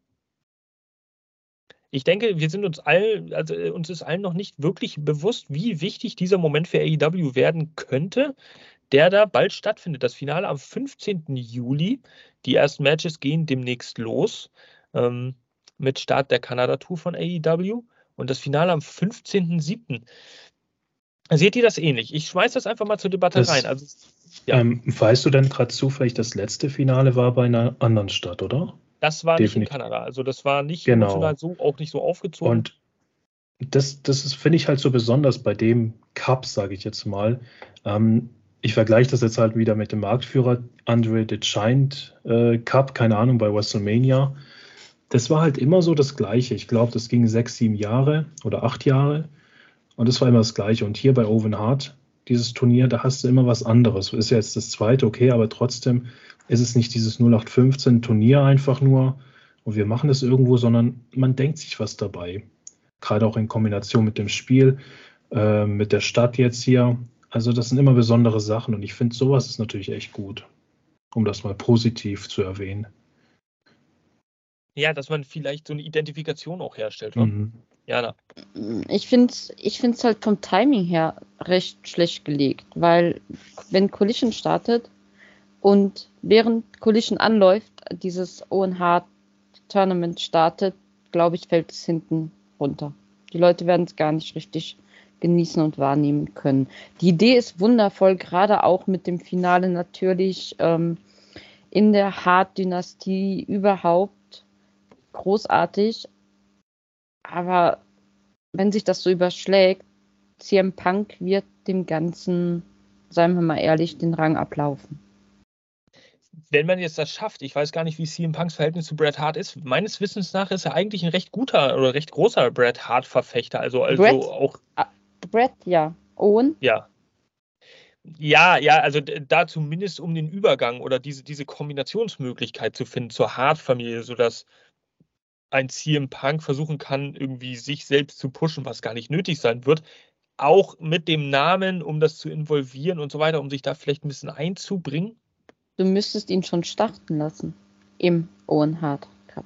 Ich denke, wir sind uns allen, also uns ist allen noch nicht wirklich bewusst, wie wichtig dieser Moment für A E W werden könnte. der da bald stattfindet. Das Finale am fünfzehnten Juli. Die ersten Matches gehen demnächst los ähm, mit Start der Kanada-Tour von A E W und das Finale am fünfzehnten siebten Seht ihr das ähnlich? Ich schmeiß das einfach mal zur Debatte Das, rein. Also, ja. ähm, weißt du denn gerade zufällig, das letzte Finale war bei einer anderen Stadt, oder? Das war Definitiv. nicht in Kanada. Also das war nicht Genau. emotional so, auch nicht so aufgezogen. Und das, das ist, finde ich halt so besonders bei dem Cup, sage ich jetzt mal. Ähm, ich vergleiche das jetzt halt wieder mit dem Marktführer Andre the Giant äh, Cup, keine Ahnung, bei WrestleMania. Das war halt immer so das Gleiche. Ich glaube, das ging sechs, sieben Jahre oder acht Jahre. Und das war immer das Gleiche. Und hier bei Owen Hart, dieses Turnier, da hast du immer was anderes. Ist ja jetzt das zweite, okay, aber trotzdem ist es nicht dieses null acht fünfzehn Turnier einfach nur und wir machen es irgendwo, sondern man denkt sich was dabei. Gerade auch in Kombination mit dem Spiel, äh, mit der Stadt jetzt hier. Also das sind immer besondere Sachen und ich finde, sowas ist natürlich echt gut, um das mal positiv zu erwähnen. Ja, dass man vielleicht so eine Identifikation auch herstellt. Ne? Mhm. Jana. Ich finde es ich find's halt vom Timing her recht schlecht gelegt, weil wenn Collision startet und während Collision anläuft, dieses Owen Hart Tournament startet, glaube ich, fällt es hinten runter. Die Leute werden es gar nicht richtig genießen und wahrnehmen können. Die Idee ist wundervoll, gerade auch mit dem Finale natürlich ähm, in der Hart-Dynastie überhaupt großartig. Aber wenn sich das so überschlägt, C M Punk wird dem Ganzen, seien wir mal ehrlich, den Rang ablaufen. Wenn man jetzt das schafft, ich weiß gar nicht, wie C M Punks Verhältnis zu Bret Hart ist. Meines Wissens nach ist er eigentlich ein recht guter oder recht großer Bret Hart-Verfechter. Also, also Bret? auch. Ah, Bret, ja. Owen? Ja. Ja, ja, also da zumindest um den Übergang oder diese, diese Kombinationsmöglichkeit zu finden zur Hart-Familie, sodass ein C M Punk versuchen kann, irgendwie sich selbst zu pushen, was gar nicht nötig sein wird. Auch mit dem Namen, um das zu involvieren und so weiter, um sich da vielleicht ein bisschen einzubringen. Du müsstest ihn schon starten lassen im Owen Hart Cup.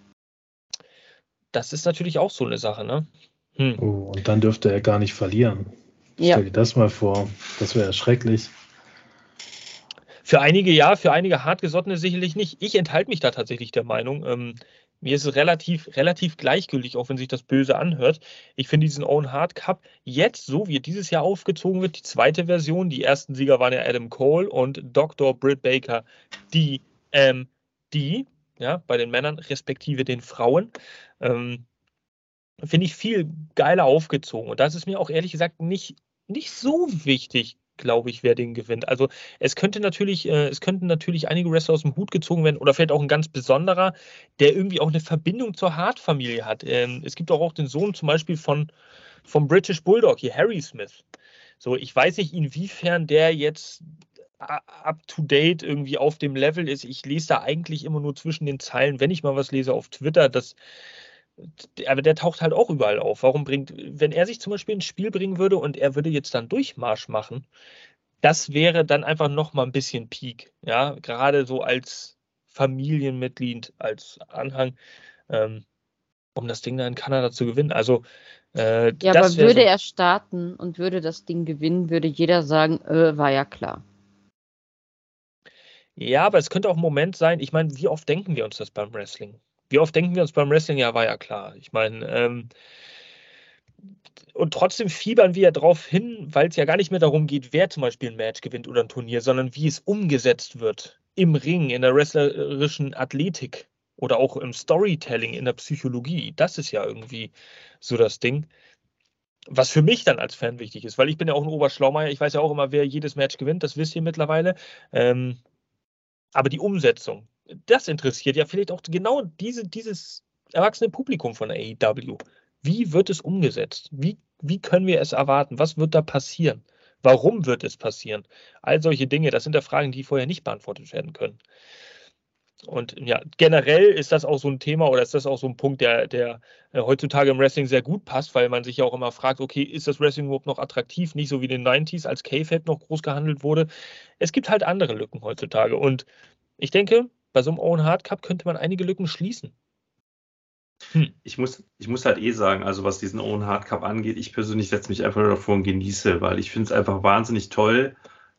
Das ist natürlich auch so eine Sache, ne? Hm. Oh, und dann dürfte er gar nicht verlieren. Ja. Stell dir das mal vor. Das wäre schrecklich. Für einige ja, für einige Hartgesottene sicherlich nicht. Ich enthalte mich da tatsächlich der Meinung. Ähm, mir ist es relativ, relativ gleichgültig, auch wenn sich das böse anhört. Ich finde diesen Owen Hart Cup jetzt, so wie er dieses Jahr aufgezogen wird, die zweite Version, die ersten Sieger waren ja Adam Cole und Doktor Britt Baker, die, ähm, die, ja, bei den Männern, respektive den Frauen, ähm, finde ich viel geiler aufgezogen. Und das ist mir auch ehrlich gesagt nicht, nicht so wichtig, glaube ich, wer den gewinnt. Also es könnte natürlich, äh, es könnten natürlich einige Wrestler aus dem Hut gezogen werden oder vielleicht auch ein ganz besonderer, der irgendwie auch eine Verbindung zur Hart-Familie hat. Ähm, es gibt auch, auch den Sohn zum Beispiel von vom British Bulldog, hier Harry Smith. So, ich weiß nicht, inwiefern der jetzt up to date irgendwie auf dem Level ist. Ich lese da eigentlich immer nur zwischen den Zeilen, wenn ich mal was lese auf Twitter, dass aber der taucht halt auch überall auf. Warum bringt, wenn er sich zum Beispiel ins Spiel bringen würde und er würde jetzt dann Durchmarsch machen, das wäre dann einfach nochmal ein bisschen Peak. Ja, gerade so als Familienmitglied, als Anhang, ähm, um das Ding da in Kanada zu gewinnen. Also, äh, Ja, das aber wäre würde so, er starten und würde das Ding gewinnen, würde jeder sagen, äh, war ja klar. ja, aber es könnte auch ein Moment sein, ich meine, wie oft denken wir uns das beim Wrestling? Wie oft denken wir uns beim Wrestling, ja, war ja klar. Ich meine, ähm, und trotzdem fiebern wir ja darauf hin, weil es ja gar nicht mehr darum geht, wer zum Beispiel ein Match gewinnt oder ein Turnier, sondern wie es umgesetzt wird. Im Ring, in der wrestlerischen Athletik oder auch im Storytelling, in der Psychologie. Das ist ja irgendwie so das Ding. Was für mich dann als Fan wichtig ist, weil ich bin ja auch ein Oberschlaumeier. Ich weiß ja auch immer, wer jedes Match gewinnt, das wisst ihr mittlerweile. Ähm, aber die Umsetzung, das interessiert ja vielleicht auch genau diese, dieses erwachsene Publikum von A E W. Wie wird es umgesetzt? Wie, wie können wir es erwarten? Was wird da passieren? Warum wird es passieren? All solche Dinge, das sind ja Fragen, die vorher nicht beantwortet werden können. Und ja, generell ist das auch so ein Thema oder ist das auch so ein Punkt, der, der äh, heutzutage im Wrestling sehr gut passt, weil man sich ja auch immer fragt, okay, ist das Wrestling überhaupt noch attraktiv? Nicht so wie in den neunziger, als K-Fab noch groß gehandelt wurde. Es gibt halt andere Lücken heutzutage und ich denke, bei so einem Owen Hart Cup könnte man einige Lücken schließen. Hm. Ich, muss, ich muss halt eh sagen, also was diesen Owen Hart Cup angeht, ich persönlich setze mich einfach nur davor und genieße, weil ich finde es einfach wahnsinnig toll,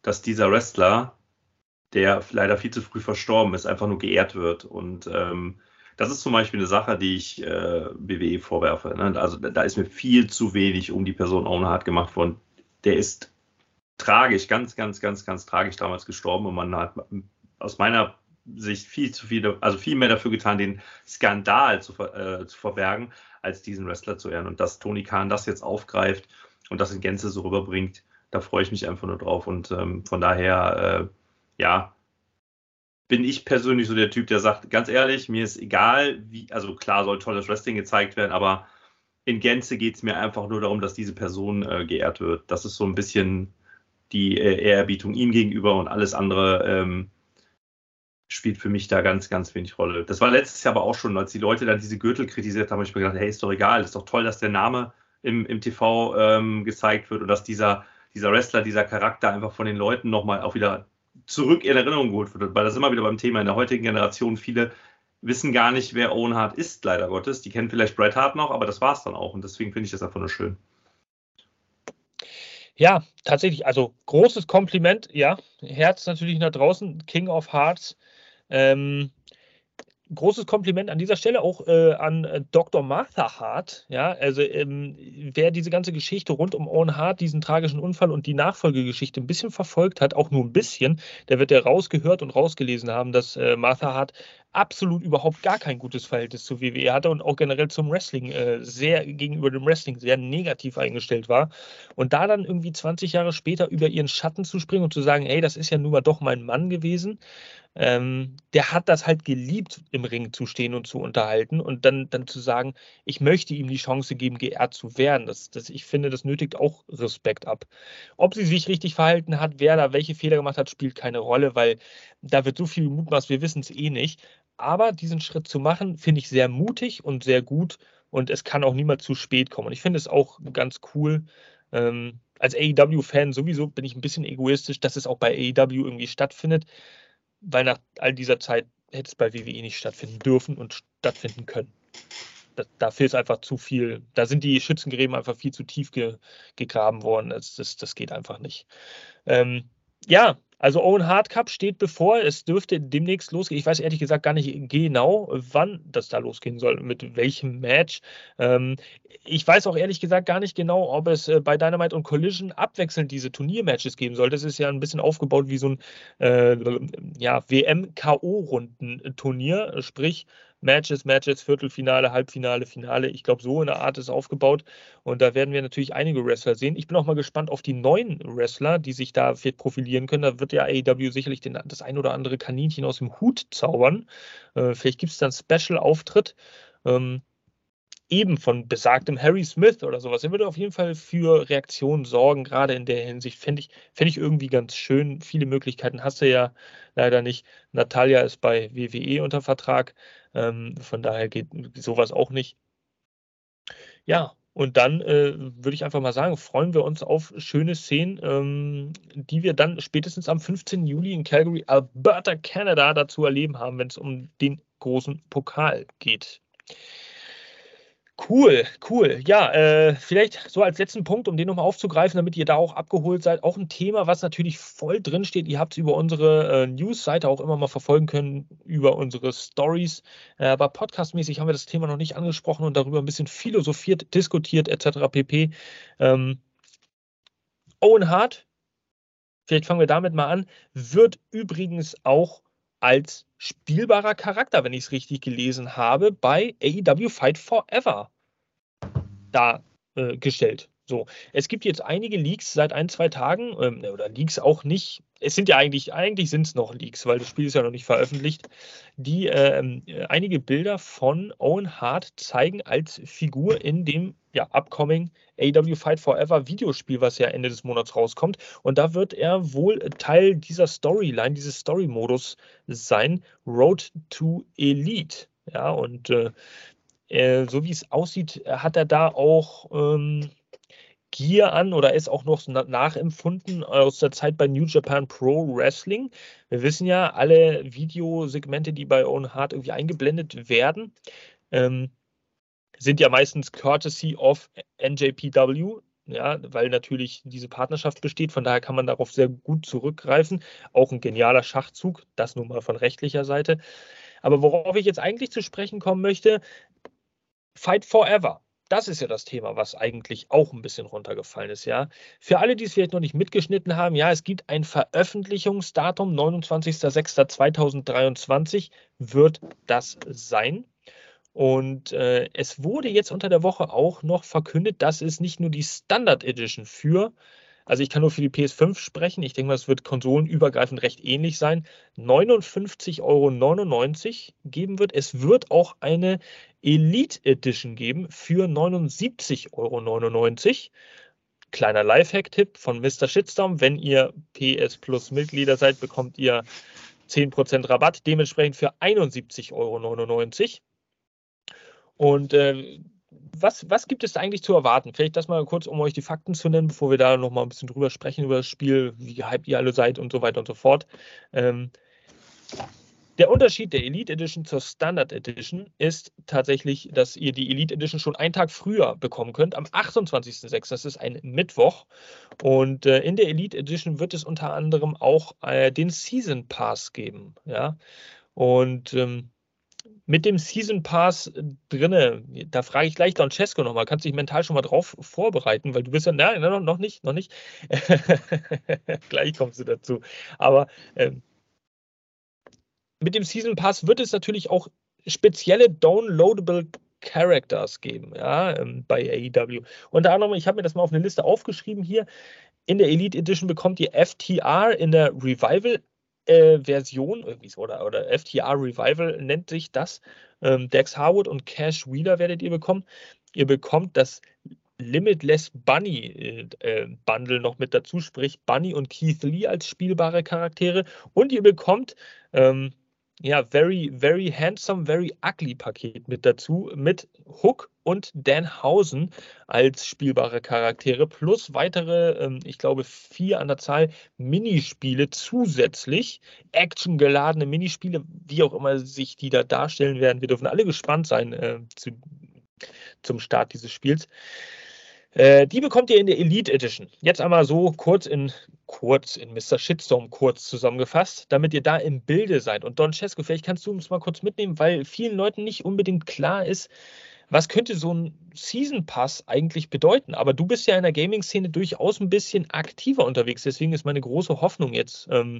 dass dieser Wrestler, der leider viel zu früh verstorben ist, einfach nur geehrt wird. Und ähm, das ist zum Beispiel eine Sache, die ich äh, B W E vorwerfe. Ne? Also da ist mir viel zu wenig um die Person Owen Hart gemacht worden. Der ist tragisch, ganz, ganz, ganz, ganz tragisch damals gestorben und man hat aus meiner Sicht viel zu viel, also viel mehr dafür getan, den Skandal zu, äh, zu verbergen, als diesen Wrestler zu ehren. Und dass Tony Khan das jetzt aufgreift und das in Gänze so rüberbringt, da freue ich mich einfach nur drauf. Und ähm, von daher, äh, ja, bin ich persönlich so der Typ, der sagt, ganz ehrlich, mir ist egal, wie, also klar soll tolles Wrestling gezeigt werden, aber in Gänze geht es mir einfach nur darum, dass diese Person äh, geehrt wird. Das ist so ein bisschen die äh, Ehrerbietung ihm gegenüber und alles andere ähm, spielt für mich da ganz, ganz wenig Rolle. Das war letztes Jahr aber auch schon, als die Leute dann diese Gürtel kritisiert haben, habe ich mir gedacht, hey, ist doch egal, ist doch toll, dass der Name im, im T V ähm, gezeigt wird und dass dieser, dieser Wrestler, dieser Charakter einfach von den Leuten nochmal auch wieder zurück in Erinnerung geholt wird, weil das immer wieder beim Thema in der heutigen Generation, viele wissen gar nicht, wer Owen Hart ist, leider Gottes. Die kennen vielleicht Bret Hart noch, aber das war es dann auch und deswegen finde ich das einfach nur schön. Ja, tatsächlich, also großes Kompliment, ja, Herz natürlich nach draußen, King of Hearts. Ähm, großes Kompliment an dieser Stelle auch äh, an äh, Doktor Martha Hart. Ja, also ähm, wer diese ganze Geschichte rund um Owen Hart, diesen tragischen Unfall und die Nachfolgegeschichte ein bisschen verfolgt hat, auch nur ein bisschen, der wird ja rausgehört und rausgelesen haben, dass äh, Martha Hart absolut überhaupt gar kein gutes Verhältnis zur W W E hatte und auch generell zum Wrestling äh, sehr gegenüber dem Wrestling sehr negativ eingestellt war. Und da dann irgendwie zwanzig Jahre später über ihren Schatten zu springen und zu sagen, ey, das ist ja nun mal doch mein Mann gewesen. Ähm, der hat das halt geliebt, im Ring zu stehen und zu unterhalten und dann, dann zu sagen, ich möchte ihm die Chance geben, geehrt zu werden. Das, das, ich finde, das nötigt auch Respekt ab. Ob sie sich richtig verhalten hat, wer da welche Fehler gemacht hat, spielt keine Rolle, weil da wird so viel mutmaßt, wir wissen es eh nicht. Aber diesen Schritt zu machen, finde ich sehr mutig und sehr gut und es kann auch niemals zu spät kommen. Und ich finde es auch ganz cool, ähm, als A E W-Fan sowieso bin ich ein bisschen egoistisch, dass es auch bei A E W irgendwie stattfindet, weil nach all dieser Zeit hätte es bei W W E nicht stattfinden dürfen und stattfinden können. Da, dafür ist einfach zu viel, da sind die Schützengräben einfach viel zu tief ge, gegraben worden. Das, das, das geht einfach nicht. Ähm, ja, also Owen Hart Cup steht bevor. Es dürfte demnächst losgehen. Ich weiß ehrlich gesagt gar nicht genau, wann das da losgehen soll, mit welchem Match. Ähm, ich weiß auch ehrlich gesagt gar nicht genau, ob es äh, bei Dynamite und Collision abwechselnd diese Turniermatches geben soll. Das ist ja ein bisschen aufgebaut wie so ein äh, ja, W M-K O-Runden-Turnier, sprich Matches, Matches, Viertelfinale, Halbfinale, Finale. Ich glaube, so in der Art ist es aufgebaut. Und da werden wir natürlich einige Wrestler sehen. Ich bin auch mal gespannt auf die neuen Wrestler, die sich da vielleicht profilieren können. Da wird ja A E W sicherlich den, das ein oder andere Kaninchen aus dem Hut zaubern. Äh, vielleicht gibt es dann Special-Auftritt. Ähm, eben von besagtem Harry Smith oder sowas. Er würde auf jeden Fall für Reaktionen sorgen, gerade in der Hinsicht. Fände ich, fänd ich irgendwie ganz schön. Viele Möglichkeiten hast du ja leider nicht. Natalia ist bei W W E unter Vertrag. Ähm, von daher geht sowas auch nicht. Ja, und dann äh, würde ich einfach mal sagen, freuen wir uns auf schöne Szenen, ähm, die wir dann spätestens am fünfzehnten Juli in Calgary, Alberta, Kanada dazu erleben haben, wenn es um den großen Pokal geht. Cool, cool. Ja, äh, vielleicht so als letzten Punkt, um den nochmal aufzugreifen, damit ihr da auch abgeholt seid. Auch ein Thema, was natürlich voll drin steht. Ihr habt es über unsere äh, News-Seite auch immer mal verfolgen können, über unsere Stories. Äh, aber podcastmäßig haben wir das Thema noch nicht angesprochen und darüber ein bisschen philosophiert, diskutiert, et cetera pp. Ähm, Owen Hart, vielleicht fangen wir damit mal an, wird übrigens auch als spielbarer Charakter, wenn ich es richtig gelesen habe, bei A E W Fight Forever dargestellt. Äh, so, es gibt jetzt einige Leaks seit ein, zwei Tagen, ähm, oder Leaks auch nicht. Es sind ja eigentlich, eigentlich sind es noch Leaks, weil das Spiel ist ja noch nicht veröffentlicht, die ähm, einige Bilder von Owen Hart zeigen als Figur in dem ja, upcoming A E W Fight Forever Videospiel, was ja Ende des Monats rauskommt. Und da wird er wohl Teil dieser Storyline, dieses Story-Modus sein, Road to Elite. Ja, und äh, äh, so wie es aussieht, hat er da auch ähm, Gear an oder ist auch noch na- nachempfunden aus der Zeit bei New Japan Pro Wrestling. Wir wissen ja, alle Videosegmente, die bei Owen Hart irgendwie eingeblendet werden, ähm, sind ja meistens courtesy of N J P W. ja, weil natürlich diese Partnerschaft besteht. Von daher kann man darauf sehr gut zurückgreifen. Auch ein genialer Schachzug, das nun mal von rechtlicher Seite. Aber worauf ich jetzt eigentlich zu sprechen kommen möchte, Fight Forever. Das ist ja das Thema, was eigentlich auch ein bisschen runtergefallen ist, ja. Für alle, die es vielleicht noch nicht mitgeschnitten haben, ja, es gibt ein Veröffentlichungsdatum, neunundzwanzigster sechster zweitausenddreiundzwanzig wird das sein. Und äh, es wurde jetzt unter der Woche auch noch verkündet, dass es nicht nur die Standard Edition für, also ich kann nur für die P S fünf sprechen, ich denke mal, es wird konsolenübergreifend recht ähnlich sein, neunundfünfzig Euro neunundneunzig geben wird. Es wird auch eine Elite Edition geben für neunundsiebzig Euro neunundneunzig. Kleiner Lifehack-Tipp von Mister Shitstorm, wenn ihr P S Plus Mitglieder seid, bekommt ihr zehn Prozent Rabatt, dementsprechend für einundsiebzig Euro neunundneunzig. Und äh, was, was gibt es da eigentlich zu erwarten? Vielleicht das mal kurz, um euch die Fakten zu nennen, bevor wir da noch mal ein bisschen drüber sprechen, über das Spiel, wie gehypt ihr alle seid und so weiter und so fort. Ähm, der Unterschied der Elite Edition zur Standard Edition ist tatsächlich, dass ihr die Elite Edition schon einen Tag früher bekommen könnt, am achtundzwanzigsten sechsten Das ist ein Mittwoch. Und äh, in der Elite Edition wird es unter anderem auch äh, den Season Pass geben. Ja? Und ähm, mit dem Season Pass drinne, da frage ich gleich Don Cesco nochmal, kannst du dich mental schon mal drauf vorbereiten, weil du bist ja, nein, noch nicht, noch nicht. Gleich kommst du dazu. Aber ähm, mit dem Season Pass wird es natürlich auch spezielle downloadable Characters geben, ja, ähm, bei A E W. Unter anderem, ich habe mir das mal auf eine Liste aufgeschrieben hier, in der Elite Edition bekommt ihr F T R in der Revival Äh, Version, irgendwie so, oder, oder F T R Revival nennt sich das. Ähm, Dex Harwood und Cash Wheeler werdet ihr bekommen. Ihr bekommt das Limitless Bunny äh, äh, Bundle noch mit dazu, sprich Bunny und Keith Lee als spielbare Charaktere. Und ihr bekommt ähm, ja, Very, Very Handsome, Very Ugly Paket mit dazu, mit Hook und Danhausen als spielbare Charaktere, plus weitere, ähm, ich glaube, vier an der Zahl Minispiele zusätzlich, actiongeladene Minispiele, wie auch immer sich die da darstellen werden. Wir dürfen alle gespannt sein äh, zu, zum Start dieses Spiels. Äh, die bekommt ihr in der Elite Edition. Jetzt einmal so kurz in, kurz in Mister Shitstorm kurz zusammengefasst, damit ihr da im Bilde seid. Und Don Cesco, vielleicht kannst du uns mal kurz mitnehmen, weil vielen Leuten nicht unbedingt klar ist, was könnte so ein Season Pass eigentlich bedeuten? Aber du bist ja in der Gaming-Szene durchaus ein bisschen aktiver unterwegs. Deswegen ist meine große Hoffnung jetzt, ähm,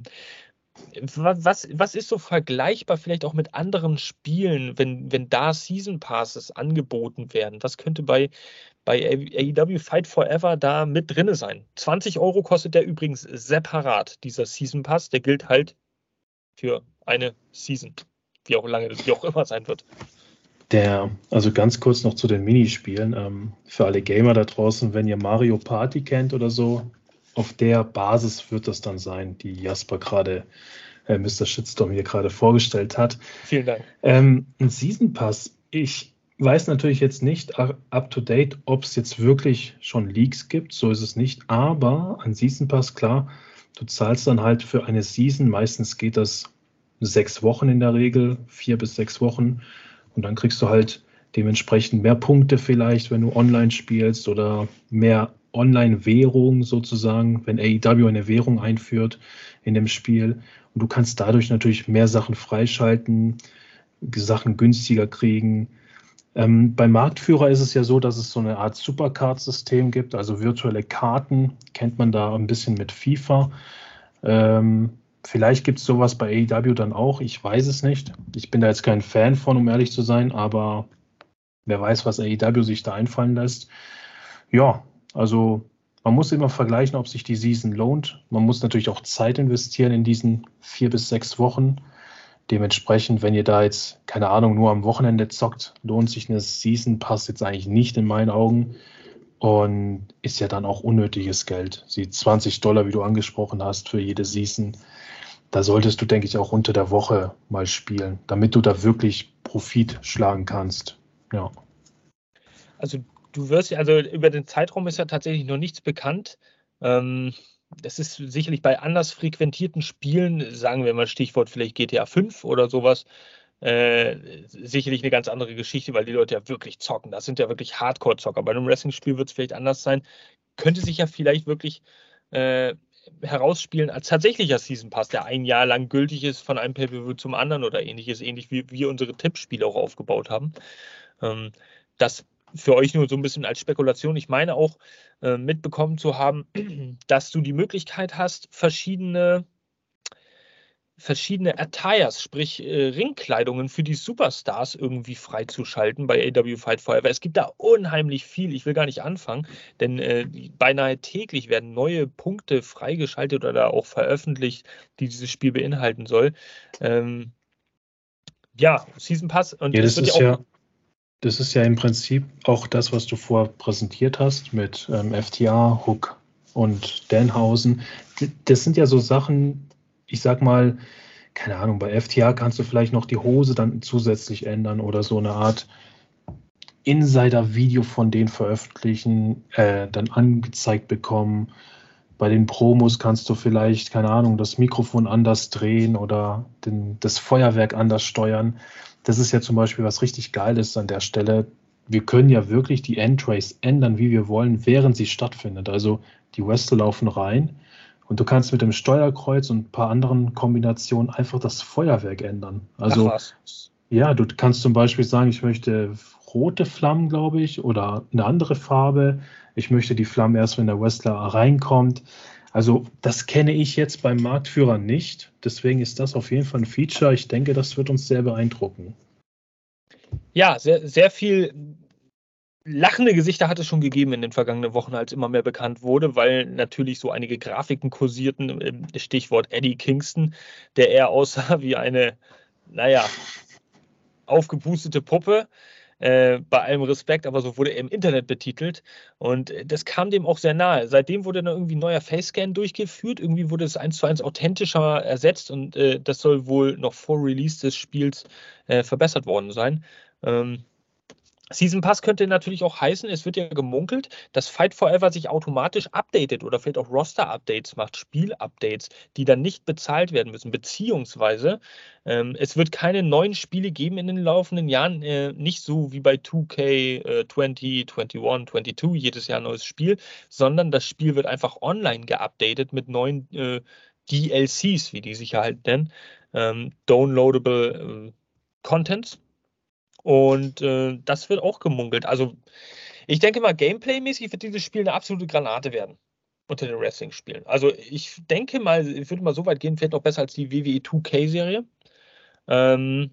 was, was ist so vergleichbar vielleicht auch mit anderen Spielen, wenn, wenn da Season Passes angeboten werden? Was könnte bei, bei A E W Fight Forever da mit drin sein? zwanzig Euro kostet der übrigens separat, dieser Season Pass. Der gilt halt für eine Season, wie auch lange das wie auch immer sein wird. Der, also ganz kurz noch zu den Minispielen. Ähm, für alle Gamer da draußen, wenn ihr Mario Party kennt oder so, auf der Basis wird das dann sein, die Jasper gerade, äh, Mister Shitstorm hier gerade vorgestellt hat. Vielen Dank. Ähm, ein Season Pass, ich weiß natürlich jetzt nicht up to date, ob es jetzt wirklich schon Leaks gibt, so ist es nicht, aber ein Season Pass, klar, du zahlst dann halt für eine Season, meistens geht das sechs Wochen in der Regel, vier bis sechs Wochen. Und dann kriegst du halt dementsprechend mehr Punkte vielleicht, wenn du online spielst oder mehr Online-Währung sozusagen, wenn A E W eine Währung einführt in dem Spiel. Und du kannst dadurch natürlich mehr Sachen freischalten, Sachen günstiger kriegen. Ähm, beim Marktführer ist es ja so, dass es so eine Art Supercard-System gibt, also virtuelle Karten, kennt man da ein bisschen mit FIFA. Ähm, Vielleicht gibt es sowas bei A E W dann auch, ich weiß es nicht. Ich bin da jetzt kein Fan von, um ehrlich zu sein, aber wer weiß, was A E W sich da einfallen lässt. Ja, also man muss immer vergleichen, ob sich die Season lohnt. Man muss natürlich auch Zeit investieren in diesen vier bis sechs Wochen. Dementsprechend, wenn ihr da jetzt, keine Ahnung, nur am Wochenende zockt, lohnt sich eine Season Pass jetzt eigentlich nicht in meinen Augen. Und ist ja dann auch unnötiges Geld. Die zwanzig Dollar, wie du angesprochen hast, für jede Season. Da solltest du, denke ich, auch unter der Woche mal spielen, damit du da wirklich Profit schlagen kannst. Ja. Also du wirst ja, also über den Zeitraum ist ja tatsächlich noch nichts bekannt. Ähm, das ist sicherlich bei anders frequentierten Spielen, sagen wir mal Stichwort vielleicht G T A fünf oder sowas, äh, sicherlich eine ganz andere Geschichte, weil die Leute ja wirklich zocken. Das sind ja wirklich Hardcore-Zocker. Bei einem Wrestling-Spiel wird es vielleicht anders sein. könnte sich ja vielleicht wirklich äh, herausspielen als tatsächlicher Season Pass, der ein Jahr lang gültig ist von einem Pay-Per-View zum anderen oder ähnliches, ähnlich wie wir unsere Tippspiele auch aufgebaut haben. Ähm, das für euch nur so ein bisschen als Spekulation. Ich meine auch äh, mitbekommen zu haben, dass du die Möglichkeit hast, verschiedene verschiedene Attires, sprich äh, Ringkleidungen für die Superstars irgendwie freizuschalten bei A E W Fight Forever. Es gibt da unheimlich viel. Ich will gar nicht anfangen, denn äh, beinahe täglich werden neue Punkte freigeschaltet oder auch veröffentlicht, die dieses Spiel beinhalten soll. Ähm, ja, Season Pass. Und Ja, es das wird ist ja auch. ja, das ist ja im Prinzip auch das, was du vorher präsentiert hast mit ähm, F T R, Hook und Danhausen. D- Das sind ja so Sachen, ich sag mal, keine Ahnung, bei F T R kannst du vielleicht noch die Hose dann zusätzlich ändern oder so eine Art Insider-Video von denen veröffentlichen, äh, dann angezeigt bekommen. Bei den Promos kannst du vielleicht, keine Ahnung, das Mikrofon anders drehen oder den, das Feuerwerk anders steuern. Das ist ja zum Beispiel was richtig Geiles an der Stelle. Wir können ja wirklich die Entrays ändern, wie wir wollen, während sie stattfindet. Also die Wrestler laufen rein und du kannst mit dem Steuerkreuz und ein paar anderen Kombinationen einfach das Feuerwerk ändern. Also Ach was. ja, du kannst zum Beispiel sagen, ich möchte rote Flammen, glaube ich, oder eine andere Farbe. Ich möchte die Flammen erst, wenn der Wrestler reinkommt. Also das kenne ich jetzt beim Marktführer nicht. Deswegen ist das auf jeden Fall ein Feature. Ich denke, das wird uns sehr beeindrucken. Ja, sehr, sehr viel lachende Gesichter hat es schon gegeben in den vergangenen Wochen, als immer mehr bekannt wurde, weil natürlich so einige Grafiken kursierten. Stichwort Eddie Kingston, der eher aussah wie eine, naja, aufgepustete Puppe. Äh, bei allem Respekt, aber so wurde er im Internet betitelt. Und äh, das kam dem auch sehr nahe. Seitdem wurde dann irgendwie ein neuer Face-Scan durchgeführt. Irgendwie wurde es eins zu eins authentischer ersetzt und äh, das soll wohl noch vor Release des Spiels äh, verbessert worden sein. Ähm, Season Pass könnte natürlich auch heißen, es wird ja gemunkelt, dass Fight Forever sich automatisch updatet oder vielleicht auch Roster-Updates macht, Spiel-Updates, die dann nicht bezahlt werden müssen, beziehungsweise ähm, es wird keine neuen Spiele geben in den laufenden Jahren, äh, nicht so wie bei zwei K äh, zwanzig, einundzwanzig, zweiundzwanzig, jedes Jahr ein neues Spiel, sondern das Spiel wird einfach online geupdatet mit neuen äh, D L Cs, wie die sich halt nennen, ähm, Downloadable äh, Contents. Und äh, das wird auch gemunkelt. Also ich denke mal, Gameplay-mäßig wird dieses Spiel eine absolute Granate werden unter den Wrestling-Spielen. Also ich denke mal, ich würde mal so weit gehen, vielleicht noch besser als die W W E zwei K-Serie. Ähm,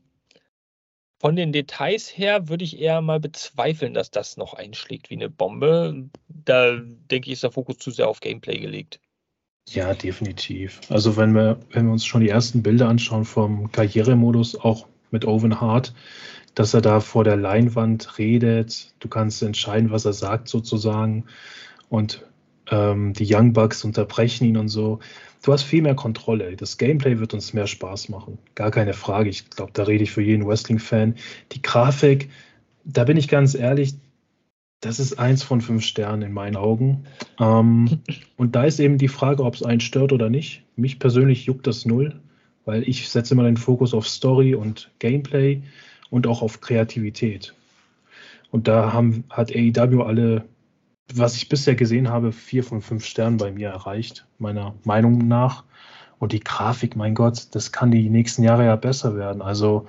von den Details her würde ich eher mal bezweifeln, dass das noch einschlägt wie eine Bombe. Da denke ich, ist der Fokus zu sehr auf Gameplay gelegt. Ja, definitiv. Also wenn wir, wenn wir uns schon die ersten Bilder anschauen vom Karrieremodus, auch mit Owen Hart, dass er da vor der Leinwand redet, du kannst entscheiden, was er sagt sozusagen und ähm, die Young Bucks unterbrechen ihn und so. Du hast viel mehr Kontrolle. Das Gameplay wird uns mehr Spaß machen. Gar keine Frage. Ich glaube, da rede ich für jeden Wrestling-Fan. Die Grafik, da bin ich ganz ehrlich, das ist eins von fünf Sternen in meinen Augen. Ähm, und da ist eben die Frage, ob es einen stört oder nicht. Mich persönlich juckt das null, weil ich setze immer den Fokus auf Story und Gameplay und auch auf Kreativität. Und da haben, hat A E W alle, was ich bisher gesehen habe, vier von fünf Sternen bei mir erreicht, meiner Meinung nach. Und die Grafik, mein Gott, das kann die nächsten Jahre ja besser werden. Also,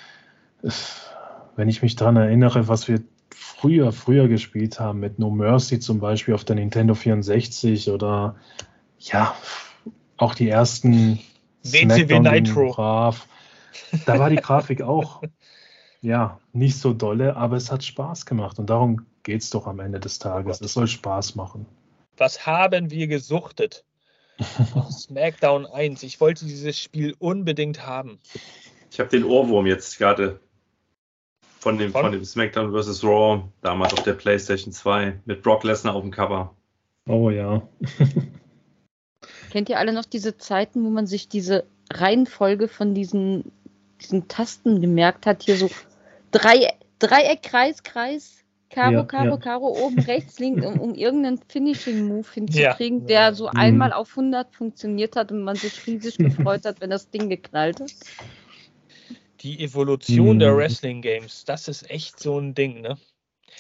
wenn ich mich daran erinnere, was wir früher, früher gespielt haben, mit No Mercy zum Beispiel auf der Nintendo vierundsechzig oder ja, auch die ersten W C W Nitro. Brav. Da war die Grafik auch ja, nicht so dolle, aber es hat Spaß gemacht und darum geht es doch am Ende des Tages. Oh es soll Spaß machen. Was haben wir gesuchtet? Oh, SmackDown eins. Ich wollte dieses Spiel unbedingt haben. Ich habe den Ohrwurm jetzt gerade von dem, Von? von dem SmackDown versus. Raw, damals auf der PlayStation zwei, mit Brock Lesnar auf dem Cover. Oh ja. Kennt ihr alle noch diese Zeiten, wo man sich diese Reihenfolge von diesen, diesen Tasten gemerkt hat? Hier so Drei, Dreieck, Kreis, Kreis, Karo, Ja, Karo, ja. Karo, oben rechts, links, um, um irgendeinen Finishing-Move hinzukriegen, Ja. der so Mhm. einmal auf hundert funktioniert hat und man sich riesig gefreut hat, wenn das Ding geknallt hat. Die Evolution Mhm. der Wrestling-Games, das ist echt so ein Ding, ne?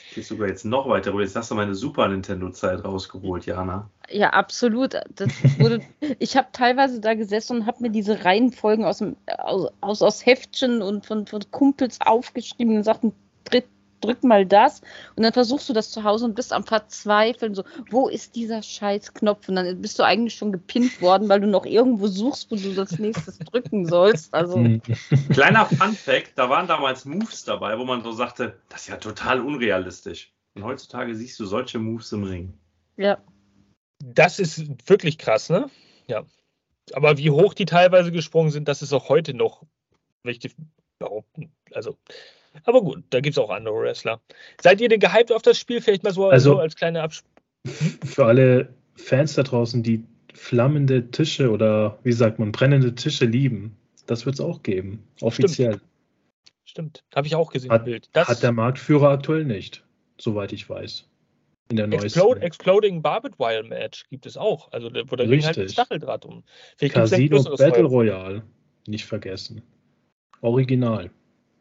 Geht sogar jetzt noch weiter, jetzt hast du meine Super Nintendo-Zeit rausgeholt, Jana. Ja, absolut. Das wurde, ich habe teilweise da gesessen und habe mir diese Reihenfolgen aus, dem, aus, aus, aus Heftchen und von, von Kumpels aufgeschrieben und sagten, drück, drück mal das. Und dann versuchst du das zu Hause und bist am Verzweifeln, so, wo ist dieser Scheißknopf? Und dann bist du eigentlich schon gepinnt worden, weil du noch irgendwo suchst, wo du das nächstes drücken sollst. Also, Kleiner Fun-Fact, da waren damals Moves dabei, wo man so sagte, das ist ja total unrealistisch. Und heutzutage siehst du solche Moves im Ring. ja. Das ist wirklich krass, ne? Ja. Aber wie hoch die teilweise gesprungen sind, das ist auch heute noch richtig behaupten. Also, aber gut, da gibt es auch andere Wrestler. Seid ihr denn gehypt auf das Spiel? Vielleicht mal so, Also- so als kleine Absp... Für alle Fans da draußen, die flammende Tische oder wie sagt man, brennende Tische lieben, das wird es auch geben. Offiziell. Stimmt, habe ich auch gesehen. Hat, Bild. Das hat der Marktführer aktuell nicht, soweit ich weiß. In der Explode, neuesten. Exploding Barbed Wire Match gibt es auch. Also wo der Ring halt mit Richtig. Stacheldraht um. Vielleicht gibt's ein Casino größeres Battle Feuer. Royale. Nicht vergessen. Original.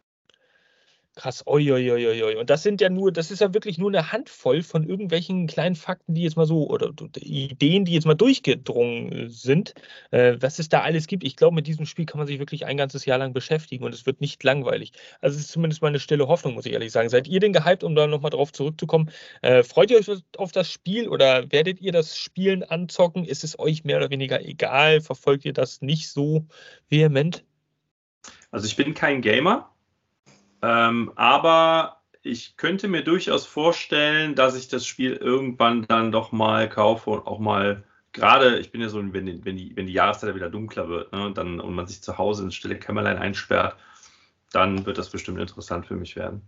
Krass, oi, oi, oi, oi, oi. Und das sind ja nur, das ist ja wirklich nur eine Handvoll von irgendwelchen kleinen Fakten, die jetzt mal so, oder Ideen, die jetzt mal durchgedrungen sind, äh, was es da alles gibt. Ich glaube, mit diesem Spiel kann man sich wirklich ein ganzes Jahr lang beschäftigen und es wird nicht langweilig. Also es ist zumindest mal eine stille Hoffnung, muss ich ehrlich sagen. Seid ihr denn gehypt, um da nochmal drauf zurückzukommen? Äh, freut ihr euch auf das Spiel oder werdet ihr das Spielen anzocken? Ist es euch mehr oder weniger egal? Verfolgt ihr das nicht so vehement? Also ich bin kein Gamer, ähm, aber ich könnte mir durchaus vorstellen, dass ich das Spiel irgendwann dann doch mal kaufe und auch mal, gerade, ich bin ja so, wenn die, wenn die, wenn die Jahreszeit wieder dunkler wird, ne, dann, und man sich zu Hause ins stille Kämmerlein einsperrt, dann wird das bestimmt interessant für mich werden.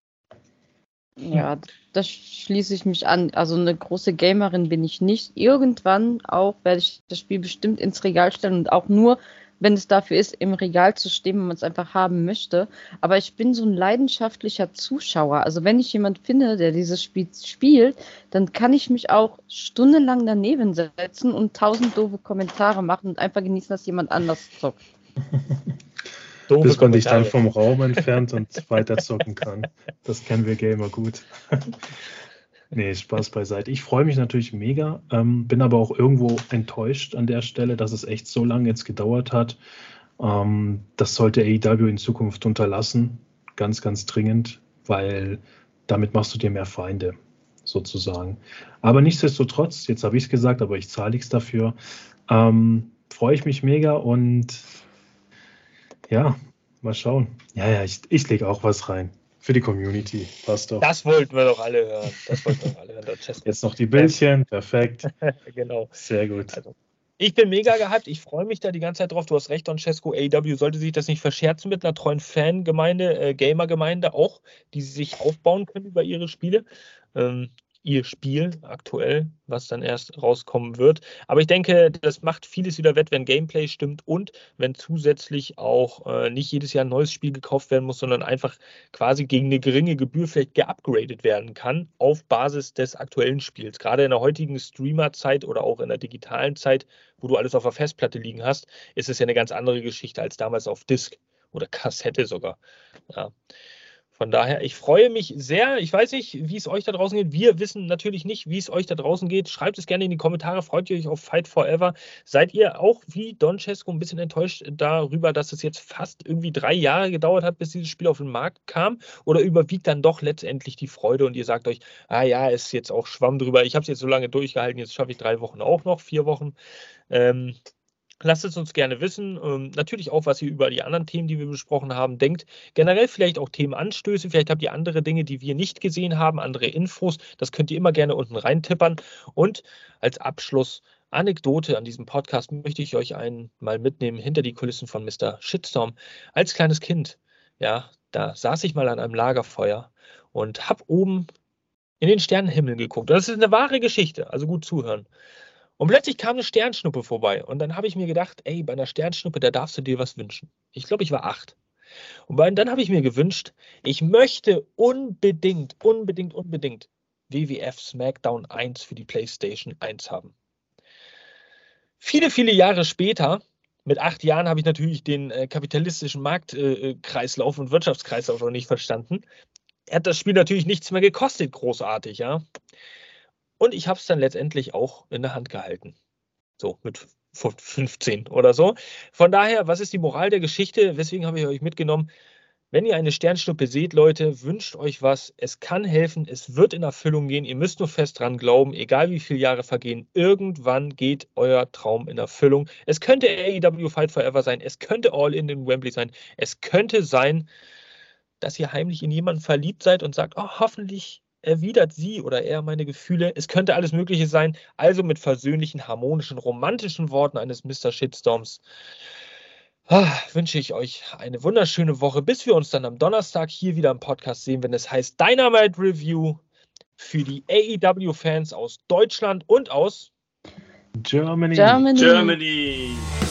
Ja, das schließe ich mich an. Also eine große Gamerin bin ich nicht. Irgendwann auch werde ich das Spiel bestimmt ins Regal stellen und auch nur, wenn es dafür ist, im Regal zu stehen, wenn man es einfach haben möchte. Aber ich bin so ein leidenschaftlicher Zuschauer. Also wenn ich jemand finde, der dieses Spiel spielt, dann kann ich mich auch stundenlang daneben setzen und tausend doofe Kommentare machen und einfach genießen, dass jemand anders zockt. Doofe Bis man dich dann Kommentare. vom Raum entfernt und weiter zocken kann. Das kennen wir Gamer gut. Nee, Spaß beiseite. Ich freue mich natürlich mega, ähm, bin aber auch irgendwo enttäuscht an der Stelle, dass es echt so lange jetzt gedauert hat. Ähm, das sollte A E W in Zukunft unterlassen, ganz, ganz dringend, weil damit machst du dir mehr Feinde, sozusagen. Aber nichtsdestotrotz, jetzt habe ich es gesagt, aber ich zahle nichts dafür, ähm, freue ich mich mega und ja, mal schauen. Ja, ja, ich, ich lege auch was rein. Für die Community. Passt doch. Das wollten wir doch alle hören. Das wollten wir doch alle hören. Der Chess- Jetzt noch die Bildchen. Perfekt. Genau. Sehr gut. Also, ich bin mega gehypt. Ich freue mich da die ganze Zeit drauf. Du hast recht, Don Cesco. A E W sollte sich das nicht verscherzen mit einer treuen Fangemeinde, äh, Gamergemeinde auch, die sie sich aufbauen können über ihre Spiele. Ähm, ihr Spiel aktuell, was dann erst rauskommen wird. Aber ich denke, das macht vieles wieder wett, wenn Gameplay stimmt und wenn zusätzlich auch äh, nicht jedes Jahr ein neues Spiel gekauft werden muss, sondern einfach quasi gegen eine geringe Gebühr vielleicht geupgradet werden kann auf Basis des aktuellen Spiels. Gerade in der heutigen Streamer-Zeit oder auch in der digitalen Zeit, wo du alles auf der Festplatte liegen hast, ist es ja eine ganz andere Geschichte als damals auf Disk oder Kassette sogar. Ja. Von daher, ich freue mich sehr. Ich weiß nicht, wie es euch da draußen geht. Wir wissen natürlich nicht, wie es euch da draußen geht. Schreibt es gerne in die Kommentare. Freut ihr euch auf Fight Forever? Seid ihr auch wie Don Cesco ein bisschen enttäuscht darüber, dass es jetzt fast irgendwie drei Jahre gedauert hat, bis dieses Spiel auf den Markt kam? Oder überwiegt dann doch letztendlich die Freude und ihr sagt euch, ah ja, ist jetzt auch Schwamm drüber. Ich habe es jetzt so lange durchgehalten, jetzt schaffe ich drei Wochen auch noch, vier Wochen. Ähm, Lasst es uns gerne wissen. Ähm, natürlich auch, was ihr über die anderen Themen, die wir besprochen haben, denkt. Generell vielleicht auch Themenanstöße. Vielleicht habt ihr andere Dinge, die wir nicht gesehen haben, andere Infos. Das könnt ihr immer gerne unten reintippern. Und als Abschluss Anekdote an diesem Podcast möchte ich euch einmal mitnehmen hinter die Kulissen von Mister Shitstorm. Als kleines Kind, ja, da saß ich mal an einem Lagerfeuer und habe oben in den Sternenhimmel geguckt. Und das ist eine wahre Geschichte, also gut zuhören. Und plötzlich kam eine Sternschnuppe vorbei. Und dann habe ich mir gedacht, ey, bei einer Sternschnuppe, da darfst du dir was wünschen. Ich glaube, ich war acht. Und dann habe ich mir gewünscht, ich möchte unbedingt, unbedingt, unbedingt W W F SmackDown eins für die PlayStation eins haben. Viele, viele Jahre später, mit acht Jahren, habe ich natürlich den äh, kapitalistischen Marktkreislauf äh, und Wirtschaftskreislauf noch nicht verstanden. hat das Spiel natürlich nichts mehr gekostet, großartig, ja. Und ich habe es dann letztendlich auch in der Hand gehalten. So, mit fünfzehn oder so. Von daher, was ist die Moral der Geschichte? Weswegen habe ich euch mitgenommen? Wenn ihr eine Sternschnuppe seht, Leute, wünscht euch was. Es kann helfen, es wird in Erfüllung gehen. Ihr müsst nur fest dran glauben, egal wie viele Jahre vergehen. Irgendwann geht euer Traum in Erfüllung. Es könnte A E W Fight Forever sein. Es könnte All In in Wembley sein. Es könnte sein, dass ihr heimlich in jemanden verliebt seid und sagt, oh, hoffentlich erwidert sie oder er meine Gefühle. Es könnte alles Mögliche sein. Also mit versöhnlichen, harmonischen, romantischen Worten eines Mister Shitstorms ah, wünsche ich euch eine wunderschöne Woche, bis wir uns dann am Donnerstag hier wieder im Podcast sehen, wenn es heißt Dynamite Review für die A E W-Fans aus Deutschland und aus Germany. Germany. Germany.